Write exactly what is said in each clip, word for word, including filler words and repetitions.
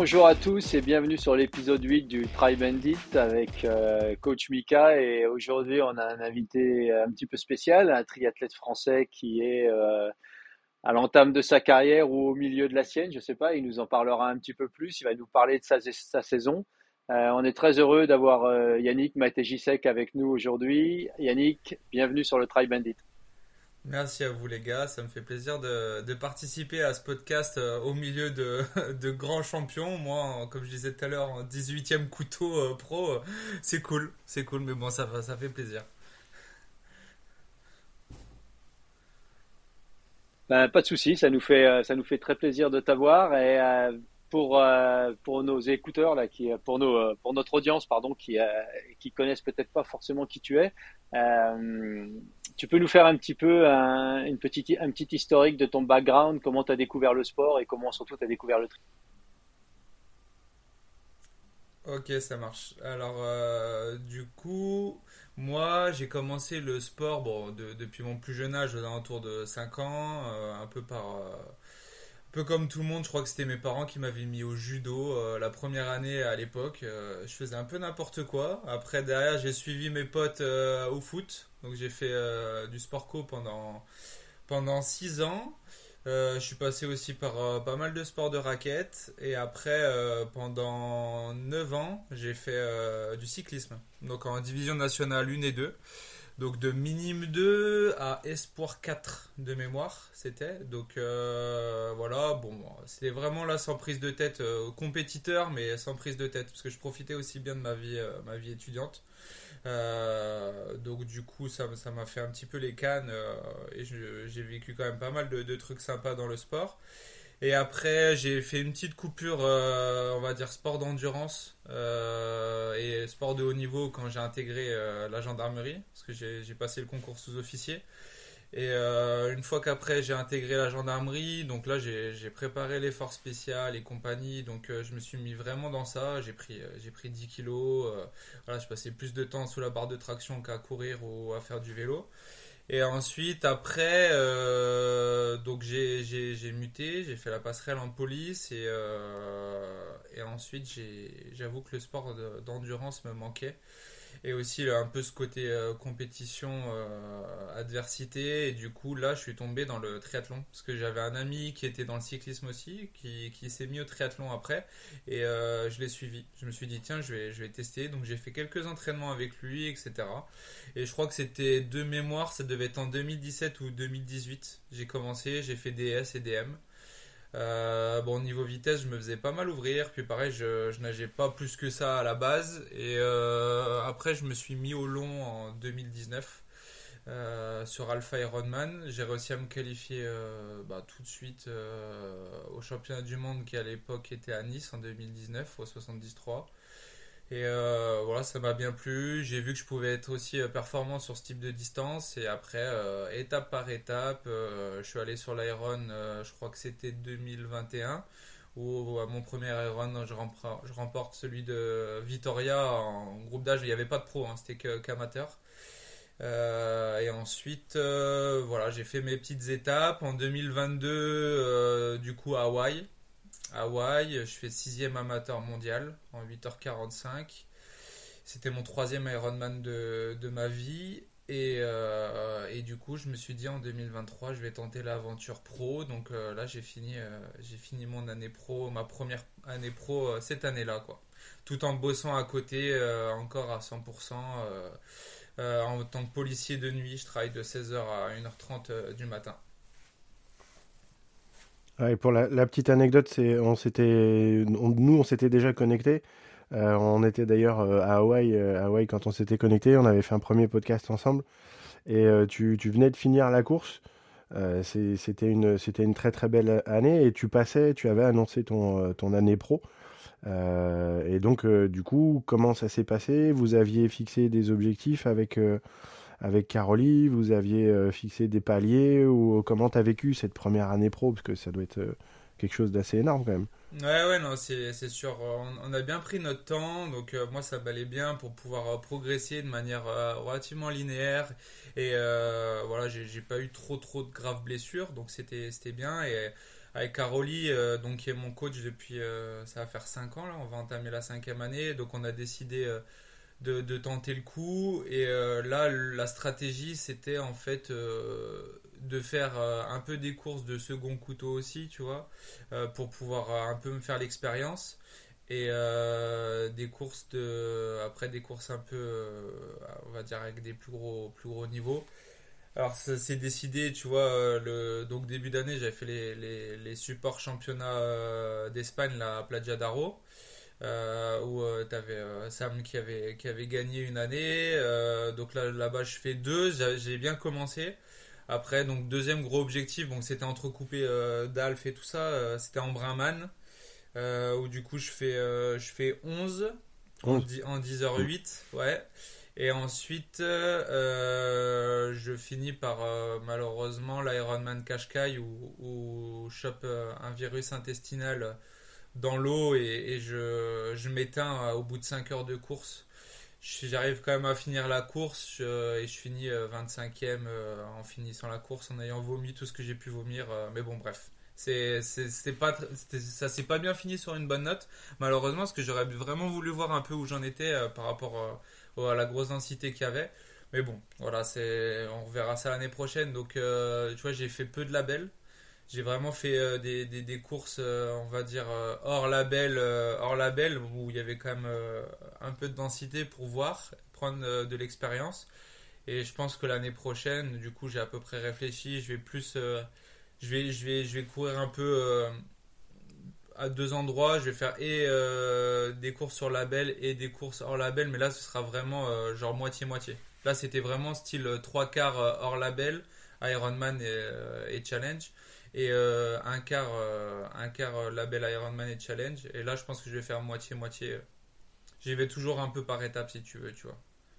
Bonjour à tous et bienvenue sur l'épisode huit du Try Bandit avec euh, Coach Mika. Et aujourd'hui, on a un invité un petit peu spécial, un triathlète français qui est euh, à l'entame de sa carrière ou au milieu de la sienne, je ne sais pas. Il nous en parlera un petit peu plus. Il va nous parler de sa, sa saison. Euh, on est très heureux d'avoir euh, Yannick Matejisek avec nous aujourd'hui. Yannick, bienvenue sur le Try Bandit. Merci à vous les gars, ça me fait plaisir de, de participer à ce podcast euh, au milieu de, de grands champions. Moi, en- comme je disais tout à l'heure, en dix-huitième couteau euh, pro, euh, c'est cool, c'est cool, mais bon, ça, va- ça fait plaisir. Ben, pas de souci, ça nous fait euh, ça nous fait très plaisir de t'avoir et euh, pour euh, pour nos écouteurs là qui pour nos euh, pour notre audience pardon qui euh, qui connaissent peut-être pas forcément qui tu es, euh, tu peux nous faire un petit peu un, une petite un petit historique de ton background, comment tu as découvert le sport et comment surtout tu as découvert le tri. Ok, ça marche. Alors, euh, du coup, moi, j'ai commencé le sport bon, de- depuis mon plus jeune âge, aux alentours de cinq ans, euh, un peu par, euh, un peu comme tout le monde, je crois que c'était mes parents qui m'avaient mis au judo euh, la première année à l'époque. Euh, je faisais un peu n'importe quoi. Après, derrière, j'ai suivi mes potes euh, au foot. Donc, j'ai fait euh, du sport co pendant, pendant six ans. Euh, je suis passé aussi par euh, pas mal de sports de raquettes. Et après, euh, pendant neuf ans, j'ai fait euh, du cyclisme. Donc, en division nationale un et deux. Donc de minime deux à espoir quatre de mémoire, c'était. Donc euh, voilà, bon, c'était vraiment là sans prise de tête, euh, compétiteur, mais sans prise de tête, parce que je profitais aussi bien de ma vie, euh, ma vie étudiante. Euh, donc du coup, ça, ça m'a fait un petit peu les cannes euh, et je- j'ai vécu quand même pas mal de, de trucs sympas dans le sport. Et après, j'ai fait une petite coupure, euh, on va dire sport d'endurance euh, et sport de haut niveau quand j'ai intégré euh, la gendarmerie, parce que j'ai j'ai passé le concours sous-officier. Et euh, une fois qu'après j'ai intégré la gendarmerie, donc là j'ai j'ai préparé les forces spéciales et compagnie, donc euh, je me suis mis vraiment dans ça. J'ai pris, euh, j'ai pris dix kilos, euh, voilà, je passais plus de temps sous la barre de traction qu'à courir ou à faire du vélo. Et ensuite, après, euh, donc j'ai, j'ai, j'ai muté, j'ai fait la passerelle en police et, euh, et ensuite j'ai, j'avoue que le sport de- d'endurance me manquait. Et aussi un peu ce côté euh, compétition, euh, adversité. Et du coup, là, je suis tombé dans le triathlon. Parce que j'avais un ami qui était dans le cyclisme aussi, qui, qui s'est mis au triathlon après. Et euh, je l'ai suivi. Je me suis dit, tiens, je vais, je vais tester. Donc j'ai fait quelques entraînements avec lui, et cetera. Et je crois que c'était de mémoire, ça devait être en deux mille dix-sept ou deux mille dix-huit. J'ai commencé, j'ai fait D S et D M. Euh, bon, niveau vitesse, je me faisais pas mal ouvrir. Puis pareil, je, je nageais pas plus que ça à la base. Et euh, après, je me suis mis au long en deux mille dix-neuf euh, sur Alpha Ironman. J'ai réussi à me qualifier euh, bah, tout de suite euh, au championnat du monde qui à l'époque était à Nice en deux mille dix-neuf au soixante-dix trois. Et euh, voilà, ça m'a bien plu. J'ai vu que je pouvais être aussi euh, performant sur ce type de distance. Et après, euh, étape par étape, euh, je suis allé sur l'Iron, euh, je crois que c'était deux mille vingt et un, où à mon premier Iron, je, rempra- je remporte celui de Vitoria en groupe d'âge. Il n'y avait pas de pro, hein, c'était que qu'amateur. Euh, et ensuite, euh, voilà, j'ai fait mes petites étapes. En deux mille vingt-deux, euh, du coup, à Hawaï. Hawaï, je fais sixième amateur mondial en huit heures quarante-cinq. C'était mon troisième Ironman de, de ma vie. Et, euh, et du coup, je me suis dit en deux mille vingt-trois, je vais tenter l'aventure pro. Donc euh, là, j'ai fini, euh, j'ai fini mon année pro, ma première année pro euh, cette année-là, quoi. Tout en bossant à côté, euh, encore à cent pour cent. Euh, euh, en tant que policier de nuit, je travaille de seize heures à une heure trente euh, du matin. Ouais, pour la, la petite anecdote, c'est on s'était, on- nous on s'était déjà connectés. Euh, on était d'ailleurs euh, à Hawaï, euh, à Hawaï quand on s'était connectés. On avait fait un premier podcast ensemble. Et euh, tu, tu venais de finir la course. Euh, c'est- c'était une, c'était une très très belle année. Et tu passais, tu avais annoncé ton, euh, ton année pro. Euh, et donc euh, du coup, comment ça s'est passé? Vous aviez fixé des objectifs avec euh, avec Caroline, vous aviez euh, fixé des paliers ou comment tu as vécu cette première année pro? Parce que ça doit être euh, quelque chose d'assez énorme quand même. Ouais, ouais, non, c'est, c'est sûr. Euh, On, on a bien pris notre temps, donc euh, moi ça m'allait bien pour pouvoir euh, progresser de manière euh, relativement linéaire. Et euh, voilà, j'ai, j'ai pas eu trop trop de graves blessures, donc c'était, c'était bien. Et avec Caroli, euh, donc qui est mon coach depuis, euh, ça va faire cinq ans là, on va entamer la cinquième année, donc on a décidé euh, de, de tenter le coup. Et euh, là, la stratégie, c'était en fait euh, de faire euh, un peu des courses de second couteau aussi, tu vois, euh, pour pouvoir euh, un peu me faire l'expérience. Et euh, des courses de, après des courses un peu, euh, on va dire avec des plus gros, plus gros niveaux. Alors ça s'est décidé, tu vois, euh, le, donc début d'année, j'avais fait les, les, les supports championnats euh, d'Espagne, là, à Platja d'Aro, euh, où euh, tu avais Sam qui avait, qui avait gagné une année. Euh, donc là, là-bas, je fais deux, j'ai j'ai bien commencé. Après, donc deuxième gros objectif, bon, c'était entrecoupé euh, d'Alf et tout ça, euh, c'était en Brinman, euh, où du coup, je fais, euh, je fais onze en, onze. dix en dix heures huit, ouais. Et ensuite, euh, je finis par euh, malheureusement l'Ironman Qashqai où, où je chope euh, un virus intestinal dans l'eau et, et je, je m'éteins euh, au bout de cinq heures de course. Je- J'arrive quand même à finir la course je- et je finis euh, vingt-cinquième euh, en finissant la course en ayant vomi tout ce que j'ai pu vomir. euh, mais bon, bref. C'est, c'est, c'est pas, tr- c'était- ça s'est pas bien fini sur une bonne note, malheureusement, parce que j'aurais vraiment voulu voir un peu où j'en étais euh, par rapport euh, au- à la grosse densité qu'il y avait. Mais bon, voilà, c'est, on reverra ça l'année prochaine. Donc, euh, tu vois, j'ai fait peu de labels. J'ai vraiment fait euh, des, des, des courses, euh, on va dire, euh, hors label, euh, hors label, où il y avait quand même euh, un peu de densité pour voir, prendre euh, de l'expérience. Et je pense que l'année prochaine, du coup, j'ai à peu près réfléchi. Je vais plus, euh, je vais, je vais, je vais courir un peu euh, à deux endroits. Je vais faire et euh, des courses sur label et des courses hors label, mais là, ce sera vraiment euh, genre moitié-moitié. Là, c'était vraiment style euh, trois quarts euh, hors label, Ironman et, euh, et Challenge, et euh, un quart, euh, un quart euh, label Ironman et Challenge. Et là, je pense que je vais faire moitié-moitié. J'y vais toujours un peu par étapes, si tu veux, tu vois.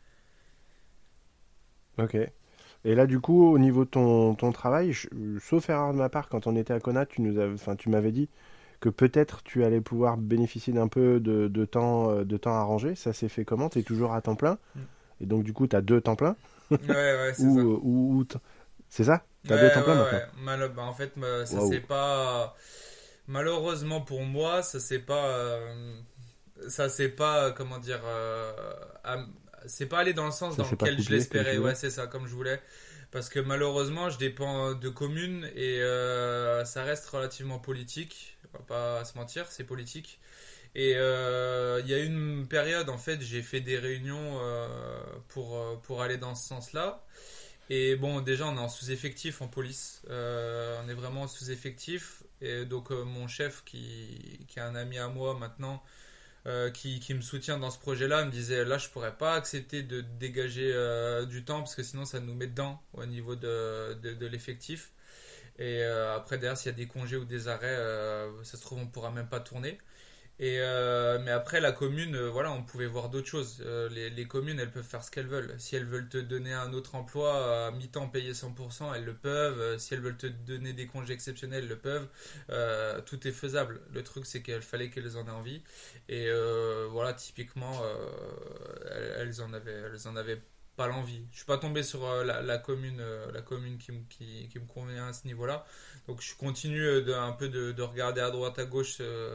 Ok. Et là, du coup, au niveau de ton, ton travail, je- sauf erreur de ma part, quand on était à Kona, tu nous avais, enfin, tu m'avais dit que peut-être tu allais pouvoir bénéficier d'un peu de, de temps, euh, de temps à ranger. Ça s'est fait comment? Tu es toujours à temps plein? Mm. Et donc, du coup, tu as deux temps plein? Ouais, ouais, c'est Ou, ça. euh, ou, ou t- c'est ça? Ouais, Tu as deux temps plein ouais, maintenant? ouais. Mal, bah, en fait, me- ça Waouh. c'est pas. Malheureusement pour moi, ça c'est pas. euh, Ça c'est pas. euh, Comment dire. euh, am- C'est pas allé dans le sens Ça dans s'est pas lequel je couplé comme tu l'espérais. Ouais, voulais? c'est ça, comme je voulais. Parce que malheureusement, je dépends de communes et euh, ça reste relativement politique. On va pas se mentir, c'est politique. Et euh, il y a une période, en fait, j'ai fait des réunions euh, pour, euh, pour aller dans ce sens-là. Et bon, déjà, on est en sous-effectif en police. Euh, on est vraiment en sous-effectif. Et donc, euh, mon chef, qui, qui est un ami à moi maintenant, euh, qui, qui me soutient dans ce projet-là, me disait là, je pourrais pas accepter de dégager euh, du temps parce que sinon, ça nous met dedans au niveau de, de, de l'effectif. Et euh, après, derrière, s'il y a des congés ou des arrêts, euh, ça se trouve, on pourra même pas tourner. Et euh, mais après la commune, euh, voilà, on pouvait voir d'autres choses. Euh, les, les communes, elles peuvent faire ce qu'elles veulent. Si elles veulent te donner un autre emploi à mi-temps payé cent pour cent, elles le peuvent. Euh, Si elles veulent te donner des congés exceptionnels, elles le peuvent. Euh, tout est faisable. Le truc, c'est qu'il fallait qu'elles en aient envie. Et euh, voilà, typiquement, euh, elles, elles en avaient, elles en avaient pas l'envie. Je suis pas tombé sur euh, la, la commune, euh, la commune qui, me- qui, qui me convient à ce niveau-là. Donc je continue euh, de, un peu de, de regarder à droite, à gauche. euh,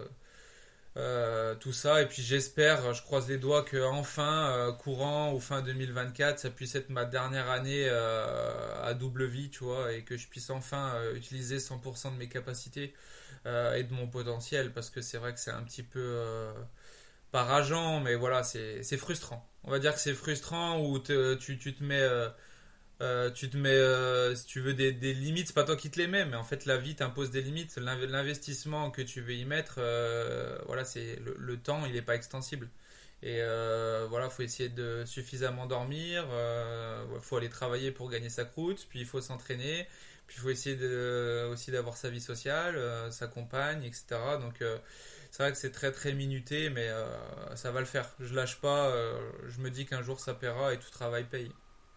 euh, tout ça. Et puis j'espère, je croise les doigts que enfin, euh, courant ou fin deux mille vingt-quatre, ça puisse être ma dernière année euh, à double vie, tu vois, et que je puisse enfin euh, utiliser cent pour cent de mes capacités euh, et de mon potentiel, parce que c'est vrai que c'est un petit peu euh, pas rageant, mais voilà, c'est c'est frustrant. On va dire que c'est frustrant où te- tu, tu te mets euh, euh, tu te mets, euh, si tu veux, des, des limites, c'est pas toi qui te les mets, mais en fait, la vie t'impose des limites. L'inv- L'investissement que tu veux y mettre, euh, voilà, c'est le, le temps, il n'est pas extensible. Et euh, voilà, faut essayer de suffisamment dormir, euh, faut aller travailler pour gagner sa croûte, puis il faut s'entraîner, puis il faut essayer de, aussi d'avoir sa vie sociale, euh, sa compagne, et cetera. Donc, euh, c'est vrai que c'est très très minuté, mais euh, ça va le faire. Je lâche pas, euh, je me dis qu'un jour ça paiera et tout travail paye.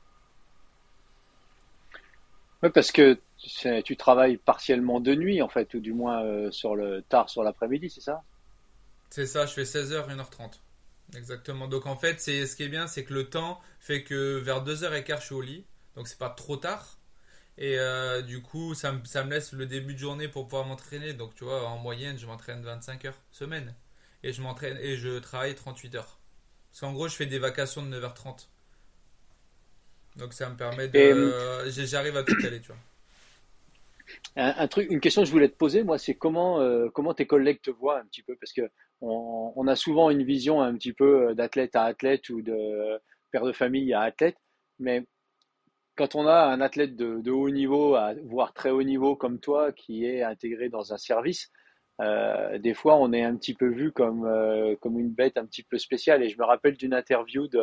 Oui, parce que c'est- tu travailles partiellement de nuit, en fait, ou du moins euh, sur le tard sur l'après-midi, c'est ça? C'est ça, je fais seize heures, une heure trente. Exactement. Donc en fait, c'est ce qui est bien, c'est que le temps fait que vers deux heures quinze, je suis au lit. Donc c'est pas trop tard. Et euh, du coup, ça, me- ça me laisse le début de journée pour pouvoir m'entraîner. Donc, tu vois, en moyenne, je m'entraîne vingt-cinq heures semaine. Et je m'entraîne et je travaille trente-huit heures. Parce qu'en gros, je fais des vacations de neuf heures trente. Donc, ça me permet Et de. j'ai- J'arrive à tout caler, tu vois. Un, un truc, une question que je voulais te poser, moi, c'est comment, euh, comment tes collègues te voient un petit peu, parce que on, on a souvent une vision un petit peu euh, d'athlète à athlète ou de père de famille à athlète, mais quand on a un athlète de, de haut niveau, à, voire très haut niveau comme toi, qui est intégré dans un service, euh, des fois on est un petit peu vu comme, euh, comme une bête un petit peu spéciale. Et je me rappelle d'une interview de,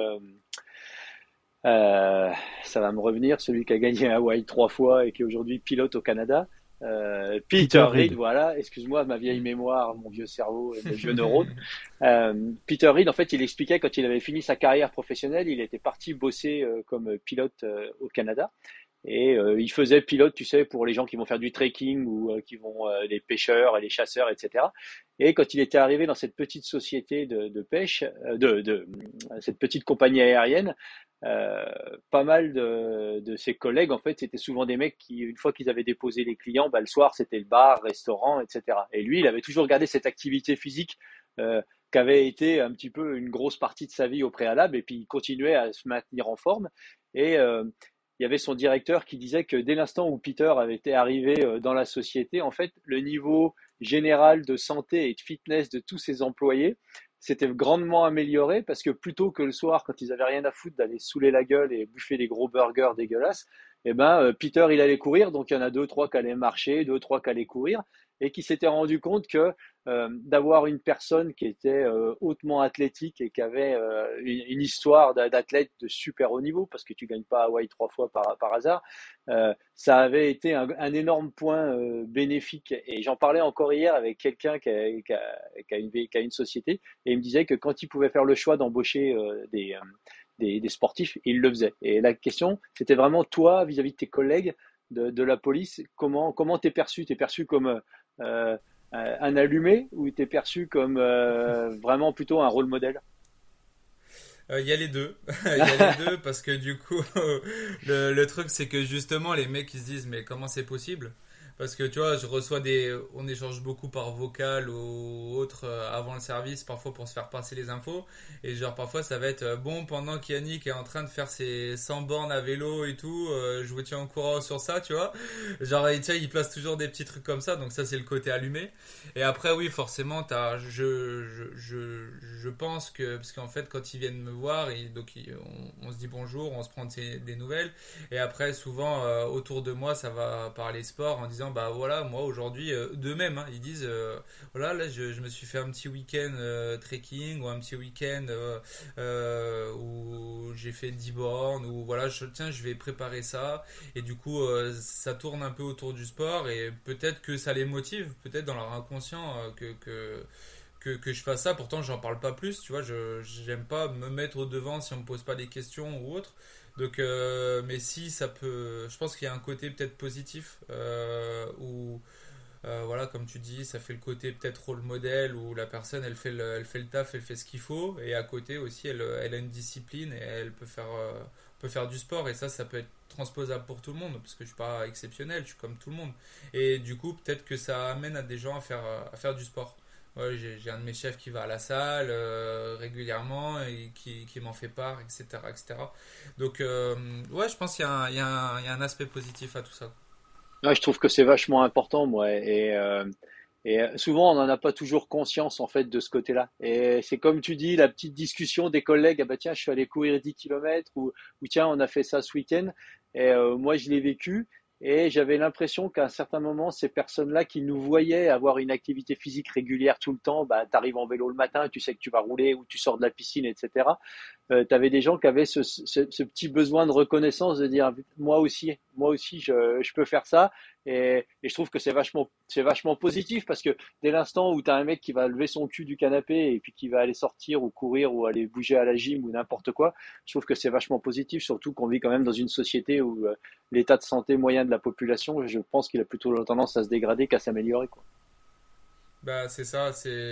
euh, ça va me revenir, celui qui a gagné Hawaï trois fois et qui est aujourd'hui pilote au Canada. Euh, Peter Peter Reid, Reid. voilà, excuse-moi, ma vieille Mm. mémoire, mon vieux cerveau et mes vieux neurones. Euh, Peter Reid, en fait, il expliquait quand il avait fini sa carrière professionnelle, il était parti bosser euh, comme pilote euh, au Canada. Et euh, il faisait pilote, tu sais, pour les gens qui vont faire du trekking ou euh, qui vont euh, les pêcheurs et les chasseurs, et cetera. Et quand il était arrivé dans cette petite société de, de pêche, euh, de, de, cette petite compagnie aérienne, euh, pas mal de, de ses collègues, en fait, c'était souvent des mecs qui, une fois qu'ils avaient déposé les clients, bah, le soir, c'était le bar, restaurant, et cetera. Et lui, il avait toujours gardé cette activité physique euh, qui avait été un petit peu une grosse partie de sa vie au préalable, et puis il continuait à se maintenir en forme. Et euh, il y avait son directeur qui disait que dès l'instant où Peter avait été arrivé euh, dans la société, en fait, le niveau général de santé et de fitness de tous ses employés s'était grandement amélioré parce que plutôt que le soir, quand ils avaient rien à foutre d'aller saouler la gueule et bouffer des gros burgers dégueulasses, eh ben, euh, Peter, il allait courir. Donc, il y en a deux, trois qui allaient marcher, deux, trois qui allaient courir et qui s'étaient rendu compte que euh, d'avoir une personne qui était euh, hautement athlétique et qui avait euh, une, une histoire d'athlète de super haut niveau, parce que tu gagnes pas Hawaï trois fois par, par hasard, euh, ça avait été un, un énorme point euh, bénéfique. Et j'en parlais encore hier avec quelqu'un qui a, qui, a, qui, a une, qui a une société, et il me disait que quand il pouvait faire le choix d'embaucher euh, des, euh, des, des sportifs, il le faisait. Et la question, c'était vraiment toi, vis-à-vis de tes collègues de, de la police, comment comment t'es perçu? T'es perçu comme euh, un allumé ou t'es perçu comme euh, vraiment plutôt un rôle modèle? Euh, Il y a les deux. Il y a les deux parce que du coup, le, le truc c'est que justement les mecs ils se disent mais comment c'est possible? Parce que tu vois, je reçois des, on échange beaucoup par vocal ou autre euh, avant le service, parfois pour se faire passer les infos. Et genre parfois ça va être euh, bon pendant qu'Yannick est en train de faire ses cent bornes à vélo et tout, euh, je vous tiens au courant sur ça, tu vois. Genre il, tu sais, il place toujours des petits trucs comme ça, donc ça c'est le côté allumé. Et après oui forcément t'as, je, je, je, je pense que parce qu'en fait quand ils viennent me voir, et donc ils- on, on se dit bonjour, on se prend des, des nouvelles. Et après, souvent, euh, autour de moi, ça va parler sport en disant, bah voilà, moi aujourd'hui, euh, d'eux-mêmes, hein, ils disent, euh, voilà, là, je, je me suis fait un petit week-end euh, trekking ou un petit week-end euh, euh, où j'ai fait dix bornes, ou voilà, je, tiens, je vais préparer ça. Et du coup, euh, ça tourne un peu autour du sport et peut-être que ça les motive, peut-être dans leur inconscient euh, que, que que, que je fasse ça. Pourtant, j'en parle pas plus, tu vois. Je j'aime pas me mettre au devant si on me pose pas des questions ou autre. Donc, euh, mais si ça peut, je pense qu'il y a un côté peut-être positif euh, où, euh, voilà, comme tu dis, ça fait le côté peut-être rôle modèle où la personne elle fait le, elle fait le taf, elle fait ce qu'il faut, et à côté aussi elle, elle a une discipline et elle peut faire, euh, peut faire du sport, et ça, ça peut être transposable pour tout le monde parce que je suis pas exceptionnel, je suis comme tout le monde. Et du coup, peut-être que ça amène à des gens à faire, à faire du sport. Ouais, j'ai j'ai un de mes chefs qui va à la salle euh, régulièrement et qui, qui m'en fait part, et cetera, et cetera. Donc, euh, ouais, je pense qu'il y a un, il y a un- il y a un aspect positif à tout ça. Ouais, je trouve que c'est vachement important, moi. Et, euh, et euh, souvent, on n'en a pas toujours conscience, en fait, de ce côté-là. Et c'est comme tu dis, la petite discussion des collègues, ah bah tiens, je suis allé courir dix kilomètres, ou, ou tiens, on a fait ça ce week-end. Et euh, moi, je l'ai vécu. Et j'avais l'impression qu'à un certain moment, ces personnes-là qui nous voyaient avoir une activité physique régulière tout le temps, bah, tu arrives en vélo le matin, tu sais que tu vas rouler ou tu sors de la piscine, et cetera. Euh, tu avais des gens qui avaient ce, ce, ce petit besoin de reconnaissance, de dire moi aussi, moi aussi, je, je peux faire ça. Et, et je trouve que c'est vachement, c'est vachement positif parce que dès l'instant où tu as un mec qui va lever son cul du canapé et puis qui va aller sortir ou courir ou aller bouger à la gym ou n'importe quoi, je trouve que c'est vachement positif, surtout qu'on vit quand même dans une société où euh, l'état de santé moyen de la population, je pense qu'il a plutôt tendance à se dégrader qu'à s'améliorer, quoi. Bah, c'est ça, c'est.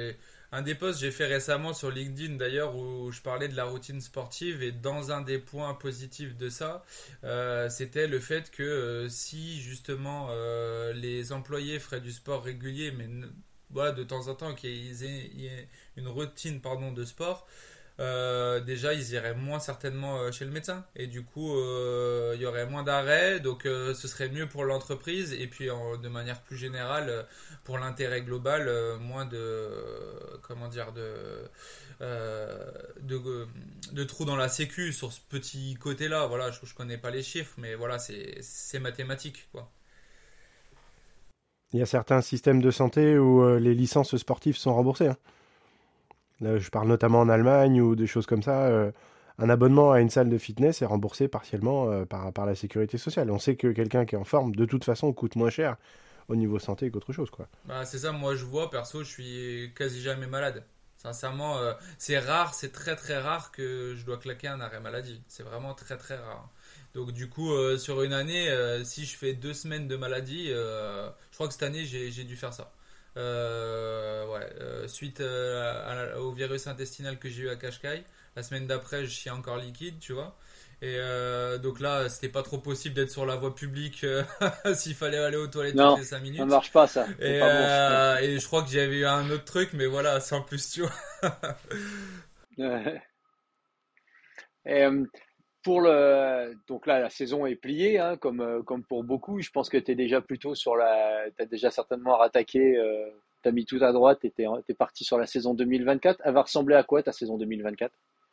Un des posts que j'ai fait récemment sur LinkedIn d'ailleurs où je parlais de la routine sportive et dans un des points positifs de ça, euh, c'était le fait que euh, si justement euh, les employés feraient du sport régulier, mais ne- voilà, de temps en temps qu'ils aient, il y ait une routine pardon, de sport, euh, déjà ils iraient moins certainement euh, chez le médecin et du coup euh, il y aurait moins d'arrêts donc euh, ce serait mieux pour l'entreprise et puis en- de manière plus générale euh, pour l'intérêt global euh, moins de euh, comment dire de euh, de, de trous dans la sécu sur ce petit côté là voilà je, je connais pas les chiffres mais voilà c'est c'est mathématique quoi. Il y a certains systèmes de santé où euh, les licences sportives sont remboursées, hein. Là, je parle notamment en Allemagne ou des choses comme ça. Euh, un abonnement à une salle de fitness est remboursé partiellement euh, par, par la sécurité sociale. On sait que quelqu'un qui est en forme, de toute façon, coûte moins cher au niveau santé qu'autre chose, quoi. Bah, c'est ça, moi je vois, perso, je suis quasi jamais malade. Sincèrement, euh, c'est rare, c'est très très rare que je dois claquer un arrêt maladie. C'est vraiment très très rare. Donc du coup, euh, sur une année, euh, si je fais deux semaines de maladie, euh, je crois que cette année j'ai j'ai dû faire ça. Euh, ouais, euh, suite euh, à la- au virus intestinal que j'ai eu à Cascais, la semaine d'après je chie encore liquide, tu vois. Et euh, donc là, c'était pas trop possible d'être sur la voie publique euh, s'il fallait aller aux toilettes toutes Non, les cinq ça minutes. marche pas, ça. C'est Et, pas bon. euh, et je crois que j'avais eu un autre truc, mais voilà, sans plus, tu vois. Ouais. Et, euh, pour le, donc là, la saison est pliée, hein, comme, euh, comme pour beaucoup. Je pense que tu es déjà plutôt sur la, tu as déjà certainement rattaqué, euh, tu as mis tout à droite et tu es parti sur la saison deux mille vingt-quatre. Elle va ressembler à quoi ta saison deux mille vingt-quatre?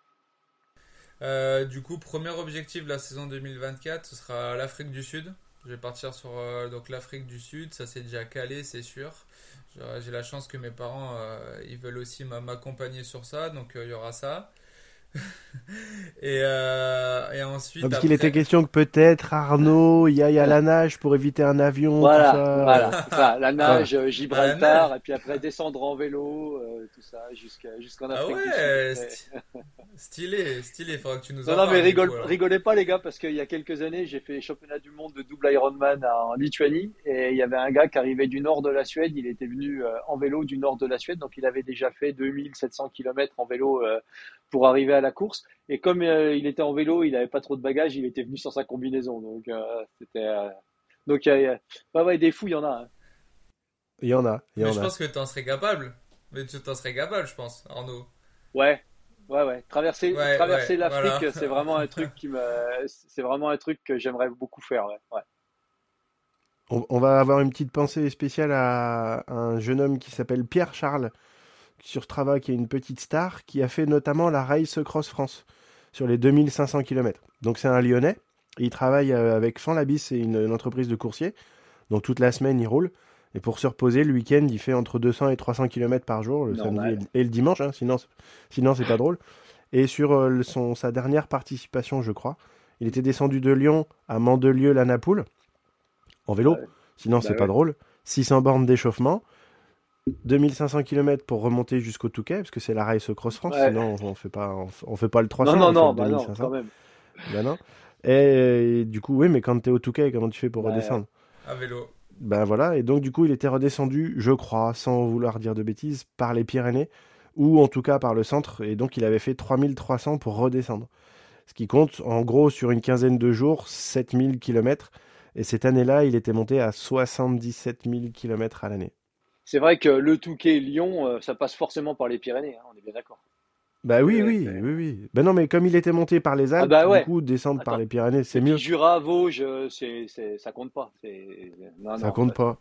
Euh, du coup, premier objectif de la saison deux mille vingt-quatre, ce sera l'Afrique du Sud. Je vais partir sur euh, donc l'Afrique du Sud, ça c'est déjà calé, c'est sûr. J'ai j'ai la chance que mes parents euh, ils veulent aussi m'a- m'accompagner sur ça, donc euh, il y aura ça. Et, euh, et Non, ensuite parce qu'il était après, question que peut-être Arnaud y aille à la nage pour éviter un avion, tout Voilà, ça. euh, voilà, c'est ça. La Voilà. nage, euh, à la nage. Gibraltar, et puis après descendre en vélo, euh, tout ça, jusqu'à, jusqu'en Ah Afrique du Sud. ouais, Mais- sti- stylé, stylé. Faudra que tu nous Non, en non, mais parles du rigole, coup alors. rigolez pas, les gars, parce qu'il y a quelques années, j'ai fait championnat du monde de double Ironman en Lituanie, et il y avait un gars qui arrivait du nord de la Suède. Il était venu euh, en vélo du nord de la Suède, donc il avait déjà fait deux mille sept cents kilomètres en vélo euh, pour arriver à la course. Et comme euh, il était en vélo, il avait pas trop de bagages, il était venu sans sa combinaison. Donc, euh, c'était, euh, donc, il y a- ouais, ouais, des fous, il y en a, hein. Il y en a, il y Mais en je a. pense que t'en serais capable. Mais tu t'en serais capable, je pense, Arnaud. Ouais, ouais, ouais. Traverser, Ouais, ouais, traverser l'Afrique, voilà. c'est vraiment un truc qui me, c'est vraiment un truc que j'aimerais beaucoup faire. Ouais, ouais. On, on va avoir une petite pensée spéciale à un jeune homme qui s'appelle Pierre Charles, sur Strava, qui est une petite star, qui a fait notamment la Race Cross France sur les deux mille cinq cents kilomètres. Donc c'est un Lyonnais. Il travaille euh, avec Fanlabis, c'est une, une entreprise de coursier. Donc toute la semaine, il roule. Et pour se reposer, le week-end, il fait entre deux cents et trois cents kilomètres par jour, le samedi et Normal. le, et le dimanche, hein, sinon, c'est- sinon c'est pas drôle. Et sur euh, le- son, sa dernière participation, je crois, il était descendu de Lyon à Mandelieu-la-Napoule, en Bah, vélo, ouais. sinon Bah c'est pas ouais. drôle. six cents bornes d'échauffement, deux mille cinq cents kilomètres pour remonter jusqu'au Touquet, parce que c'est la Race Cross France, Ouais. sinon on, on fait pas, on, f- on fait pas le Non, trois cents, non, on fait le non, bah non, quand deux mille cinq cents. même. Ben non. Et, et du coup, oui, mais quand t'es au Touquet, comment tu fais pour Bah, ouais. redescendre? À vélo. Ben voilà, et donc du coup, il était redescendu, je crois, sans vouloir dire de bêtises, par les Pyrénées, ou en tout cas par le centre, et donc il avait fait trois mille trois cents pour redescendre. Ce qui compte, en gros, sur une quinzaine de jours, sept mille kilomètres, et cette année-là, il était monté à soixante-dix-sept mille kilomètres à l'année. C'est vrai que le Touquet-Lyon, euh, ça passe forcément par les Pyrénées, hein, on est bien d'accord. Bah Oui, oui, oui, oui, c'est- oui, oui. Ben non, mais comme il était monté par les Ah Alpes, bah du ouais. coup, descendre par Attends. les Pyrénées, Et c'est puis mieux. Jura, Vosges, euh, c'est, c'est, ça compte pas. C'est, non, Ça non. compte pas.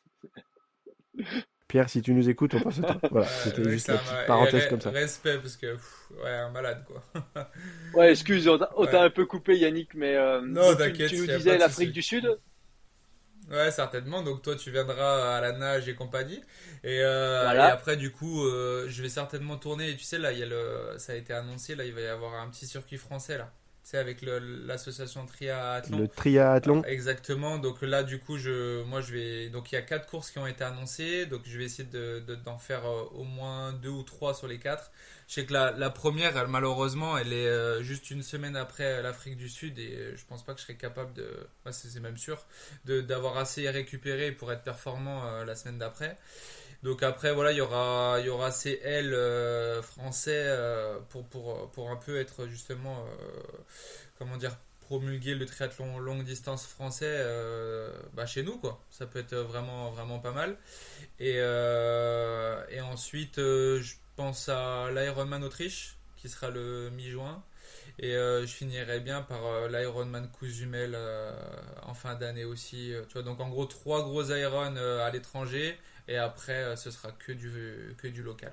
Pierre, si tu nous écoutes, on pense à toi. Voilà, Euh, c'était le mec, juste c'est la un petite ma- et parenthèse comme re- ça. respect, parce que, pff, ouais, un malade, quoi. Ouais, excuse, on t'a on t'a Ouais. un peu coupé, Yannick, mais euh, Non, donc tu, tu t'inquiète, nous y a pas disais de l'Afrique souci. du Sud? Ouais, certainement. Donc toi, tu viendras à la nage et compagnie. Et, euh, et Voilà. après, du coup, euh, je vais certainement tourner. Et tu sais, là, il y a le, ça a été annoncé. Là, il va y avoir un petit circuit français là. Tu sais, avec le- l'association Triathlon. Le Euh, triathlon. exactement. Donc là, du coup, je, moi, je vais. Donc il y a quatre courses qui ont été annoncées. Donc je vais essayer de, de- d'en faire euh, au moins deux ou trois sur les quatre. Je sais que la, la première, elle, malheureusement, elle est euh, juste une semaine après l'Afrique du Sud et euh, je pense pas que je serai capable de. Ouais, c'est c'est même sûr de d'avoir assez récupéré pour être performant euh, la semaine d'après. Donc après, voilà, il y aura, il y aura C L euh, français euh, pour, pour, pour un peu être justement, euh, comment dire, promulguer le triathlon longue distance français euh, bah, chez nous, quoi. Ça peut être vraiment, vraiment pas mal. Et, euh, et ensuite, euh, je pense à l'Ironman Autriche, qui sera le mi-juin. Et euh, je finirai bien par euh, l'Ironman Cozumel euh, en fin d'année aussi. euh, tu vois, donc en gros, trois gros Iron euh, à l'étranger. Et après, euh, ce sera que du, que du local.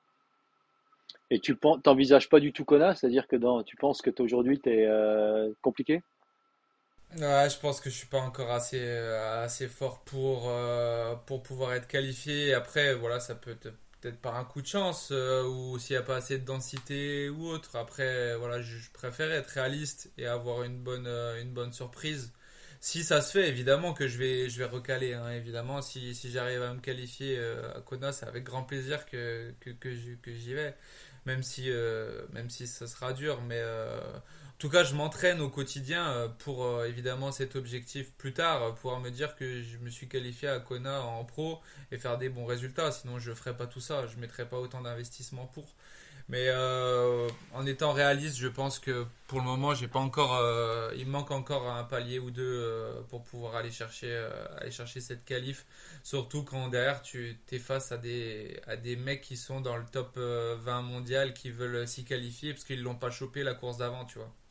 Et tu pen- t'envisages pas du tout Kona, c'est-à-dire que dans, tu penses que t'es- aujourd'hui tu es compliqué? Ouais, je pense que je suis pas encore assez, euh, assez fort pour, euh, pour pouvoir être qualifié. Et après, voilà, ça peut être peut-être par un coup de chance euh, ou s'il n'y a pas assez de densité ou autre. Après, voilà, je, je préfère être réaliste et avoir une bonne, euh, une bonne surprise. Si ça se fait, évidemment que je vais, je vais recaler. Hein, évidemment, si, si j'arrive à me qualifier euh, à Kona, c'est avec grand plaisir que, que, que j'y que j'y vais. Même si, euh, même si ça sera dur. Mais euh, en tout cas, je m'entraîne au quotidien euh, pour euh, évidemment cet objectif plus tard, euh, pouvoir me dire que je me suis qualifié à Kona en pro et faire des bons résultats. Sinon, je ferais pas tout ça. Je mettrais pas autant d'investissement pour. Mais euh, en étant réaliste, je pense que pour le moment, j'ai pas encore. Euh, il me manque encore un palier ou deux euh, pour pouvoir aller chercher, euh, aller chercher cette qualif. Surtout quand derrière tu t'es face à des, à des mecs qui sont dans le top euh, vingt mondial qui veulent s'y qualifier parce qu'ils l'ont pas chopé la course d'avant, tu vois.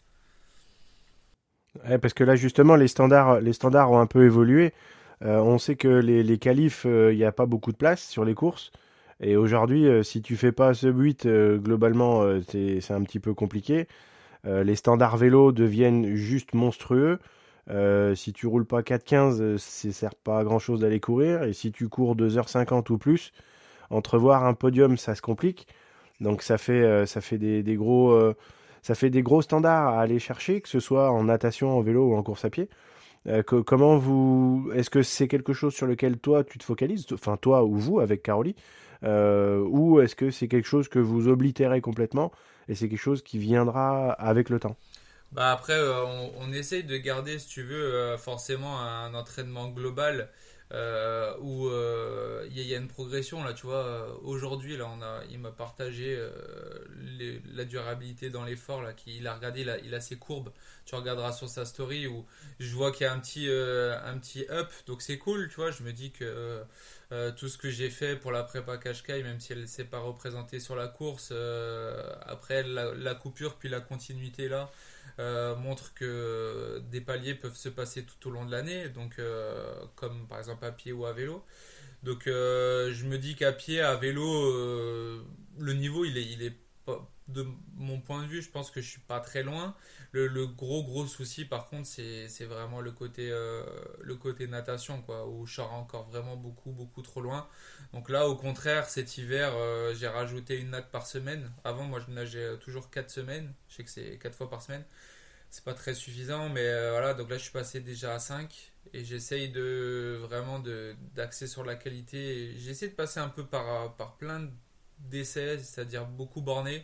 Ouais, parce que là, justement, les standards, les standards ont un peu évolué. Euh, on sait que les, les qualifs, il n'y a pas beaucoup de place sur les courses. Et aujourd'hui, euh, si tu fais pas sub huit, euh, globalement, euh, c'est c'est un petit peu compliqué. Euh, les standards vélo deviennent juste monstrueux. Euh, si tu roules pas quatre quinze, euh, ça sert pas à grand chose d'aller courir. Et si tu cours deux heures cinquante ou plus, entrevoir un podium, ça se complique. Donc ça fait, euh, ça fait des, des gros, euh, ça fait des gros standards à aller chercher, que ce soit en natation, en vélo ou en course à pied. Euh, co- comment vous, est-ce que c'est quelque chose sur lequel toi tu te focalises, enfin toi ou vous avec Caroline, euh, ou est-ce que c'est quelque chose que vous oblitérez complètement et c'est quelque chose qui viendra avec le temps? Bah après, euh, on, on essaye de garder, si tu veux, euh, forcément un entraînement global euh, où euh, il y, a il y a une progression là, tu vois. Euh, Aujourd'hui, là, on a, il m'a partagé euh, les- la durabilité dans l'effort là, qu'il a regardé, il a, il a ses courbes. Tu regarderas sur sa story où je vois qu'il y a un petit, euh, un petit up, donc c'est cool, tu vois. Je me dis que euh, euh, tout ce que j'ai fait pour la prépa Qashqai, même si elle ne s'est pas représentée sur la course, euh, après la, la coupure puis la continuité là euh, montre que des paliers peuvent se passer tout au long de l'année, donc euh, comme par exemple à pied ou à vélo. Donc euh, je me dis qu'à pied, à vélo, euh, le niveau il est, il est pas, de mon point de vue, je pense que je suis pas très loin. Le, le gros gros souci par contre, c'est, c'est vraiment le côté, euh, le côté natation quoi, où je serai encore vraiment beaucoup beaucoup trop loin. Donc là au contraire, cet hiver, euh, j'ai rajouté une natte par semaine. Avant moi je nageais toujours quatre semaines, je sais que c'est quatre fois par semaine, c'est pas très suffisant, mais euh, voilà, donc là je suis passé déjà à cinq et j'essaye de vraiment de, d'axer sur la qualité. J'essaie de passer un peu par, par plein d'essais, c'est-à-dire beaucoup borné.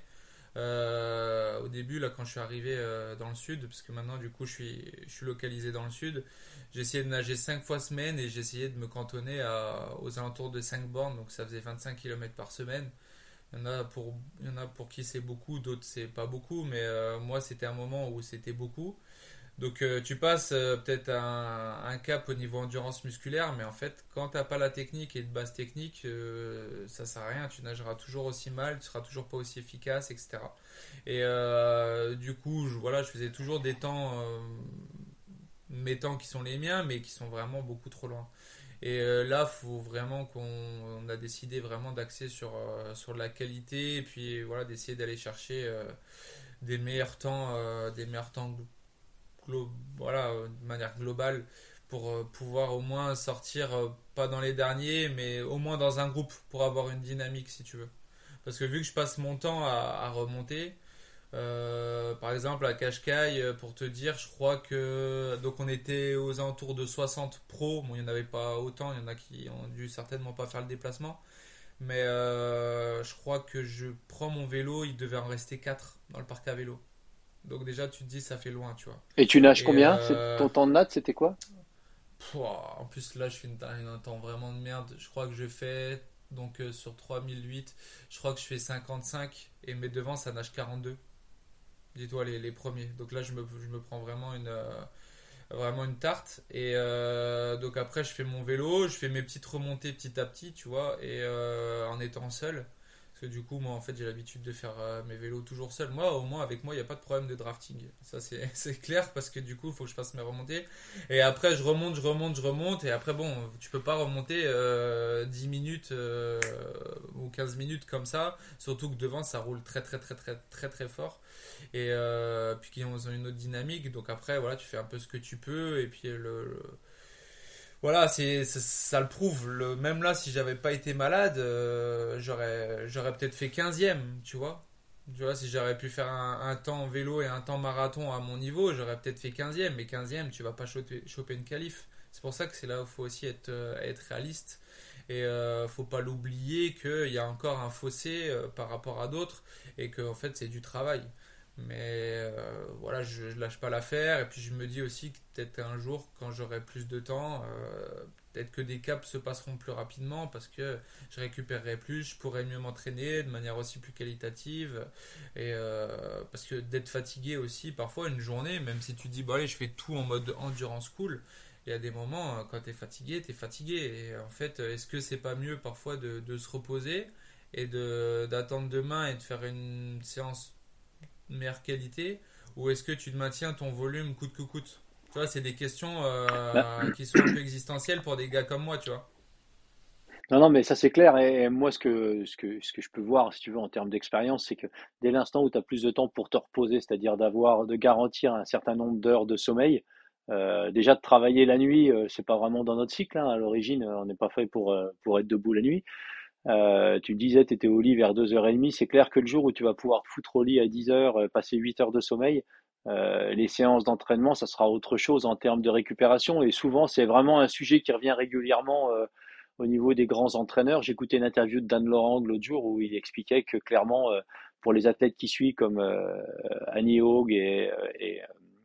Euh, au début, là, quand je suis arrivé euh, dans le sud, parce que maintenant, du coup, je suis, je suis localisé dans le sud, j'ai essayé de nager cinq fois semaine et j'ai essayé de me cantonner à, aux alentours de cinq bornes, donc ça faisait vingt-cinq kilomètres par semaine. Il y en a pour, il y en a pour qui c'est beaucoup, d'autres c'est pas beaucoup, mais euh, moi c'était un moment où c'était beaucoup. Donc euh, tu passes euh, peut-être un, un cap au niveau endurance musculaire, mais en fait quand t'as pas la technique et de base technique, euh, ça sert à rien, tu nageras toujours aussi mal, tu seras toujours pas aussi efficace, et cetera. Et euh, du coup, je, voilà, je faisais toujours des temps, euh, mes temps qui sont les miens, mais qui sont vraiment beaucoup trop loin. Et euh, là, faut vraiment qu'on on a décidé vraiment d'axer sur, euh, sur la qualité et puis voilà, d'essayer d'aller chercher euh, des meilleurs temps, euh, des meilleurs temps glo- voilà, euh, de manière globale pour euh, pouvoir au moins sortir, euh, pas dans les derniers, mais au moins dans un groupe pour avoir une dynamique si tu veux. Parce que vu que je passe mon temps à, à remonter, euh, par exemple, à Qashqai, euh, pour te dire, je crois que donc on était aux alentours de soixante pros. Bon, il n'y en avait pas autant, il y en a qui ont dû certainement pas faire le déplacement. Mais euh, je crois que je prends mon vélo, il devait en rester quatre dans le parc à vélo. Donc déjà, tu te dis, ça fait loin, tu vois. Et tu nages Et combien? C'est euh, ton temps de natte, c'était quoi? pouah, en plus, là, je fais une, un temps vraiment de merde. Je crois que je fais Donc euh, sur trois mille huit, je crois que je fais cinquante-cinq et mes devants, ça nage quarante-deux. Dis-toi les, les premiers. Donc là, je me, je me prends vraiment une, euh, vraiment une tarte. Et euh, donc après, je fais mon vélo, je fais mes petites remontées petit à petit, tu vois, et euh, en étant seul. Parce que du coup, moi, en fait, j'ai l'habitude de faire euh, mes vélos toujours seul. Moi, au moins, avec moi, il n'y a pas de problème de drafting. Ça, c'est c'est clair parce que du coup, il faut que je fasse mes remontées. Et après, je remonte, je remonte, je remonte. Et après, bon, tu peux pas remonter euh, dix minutes euh, ou quinze minutes comme ça. Surtout que devant, ça roule très, très, très, très, très, très fort. Et euh, puis qu'ils ont une autre dynamique. Donc après, voilà, tu fais un peu ce que tu peux. Et puis le, le- voilà, c'est, c'est- ça le prouve. Le, même là, si j'avais pas été malade, euh, j'aurais, j'aurais peut-être fait quinzième, tu vois. Tu vois, si j'aurais pu faire un, un temps en vélo et un temps marathon à mon niveau, j'aurais peut-être fait quinzième. Mais quinzième, tu vas pas choper, choper une qualif. C'est pour ça que c'est là où il faut aussi être, euh, être réaliste. Et euh, faut pas l'oublier qu'il y a encore un fossé euh, par rapport à d'autres et que en fait c'est du travail. Mais euh, voilà, je, je lâche pas l'affaire. Et puis je me dis aussi que peut-être un jour, quand j'aurai plus de temps, euh, peut-être que des caps se passeront plus rapidement parce que je récupérerai plus, je pourrai mieux m'entraîner de manière aussi plus qualitative. Et euh, parce que d'être fatigué aussi, parfois une journée, même si tu dis, bon allez, je fais tout en mode endurance cool, il y a des moments, euh, quand tu es fatigué, tu es fatigué. Et en fait, euh, est-ce que c'est pas mieux parfois de, de se reposer et de, d'attendre demain et de faire une séance meilleure qualité, ou est-ce que tu te maintiens ton volume coûte que coûte? Tu vois, c'est des questions Bah, euh, qui sont un peu existentielles pour des gars comme moi, tu vois. non, non, mais ça c'est clair. Et, et moi, ce que, ce que, ce que je peux voir, si tu veux, en termes d'expérience, c'est que dès l'instant où tu as plus de temps pour te reposer, c'est-à-dire d'avoir, de garantir un certain nombre d'heures de sommeil, euh, déjà de travailler la nuit, euh, c'est pas vraiment dans notre cycle, hein. À l'origine, euh, on n'est pas fait pour, euh, pour être debout la nuit. Euh, tu disais, tu étais au lit vers deux heures trente. C'est clair que le jour où tu vas pouvoir te foutre au lit à dix heures, euh, passer huit heures de sommeil, euh, les séances d'entraînement, ça sera autre chose en termes de récupération. Et souvent, c'est vraiment un sujet qui revient régulièrement euh, au niveau des grands entraîneurs. J'écoutais une interview de Dan Lorang l'autre jour où il expliquait que clairement, euh, pour les athlètes qui suivent comme euh, Annie Haug et, euh, et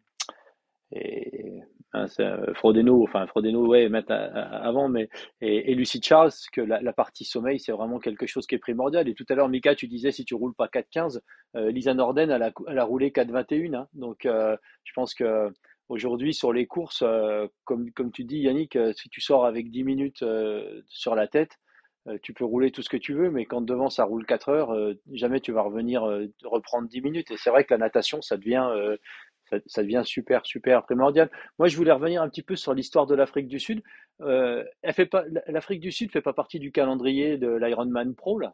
et mince, euh, Frodeno, enfin Frodeno, ouais, mettre à- à- avant, mais et, et Lucy Charles, que la, la partie sommeil, c'est vraiment quelque chose qui est primordial. Et tout à l'heure, Mika, tu disais si tu roules pas quatre quinze, euh, Lisa Norden, elle a, elle a roulé quatre vingt et un, hein. Donc, euh, je pense que aujourd'hui sur les courses, euh, comme comme tu dis, Yannick, euh, si tu sors avec dix minutes euh, sur la tête. euh, Tu peux rouler tout ce que tu veux, mais quand devant ça roule quatre heures, euh, jamais tu vas revenir euh, reprendre dix minutes. Et c'est vrai que la natation, ça devient euh, ça, ça devient super, super primordial. Moi, je voulais revenir un petit peu sur l'histoire de l'Afrique du Sud. Euh, elle fait pas, L'Afrique du Sud fait pas partie du calendrier de l'Ironman Pro, là.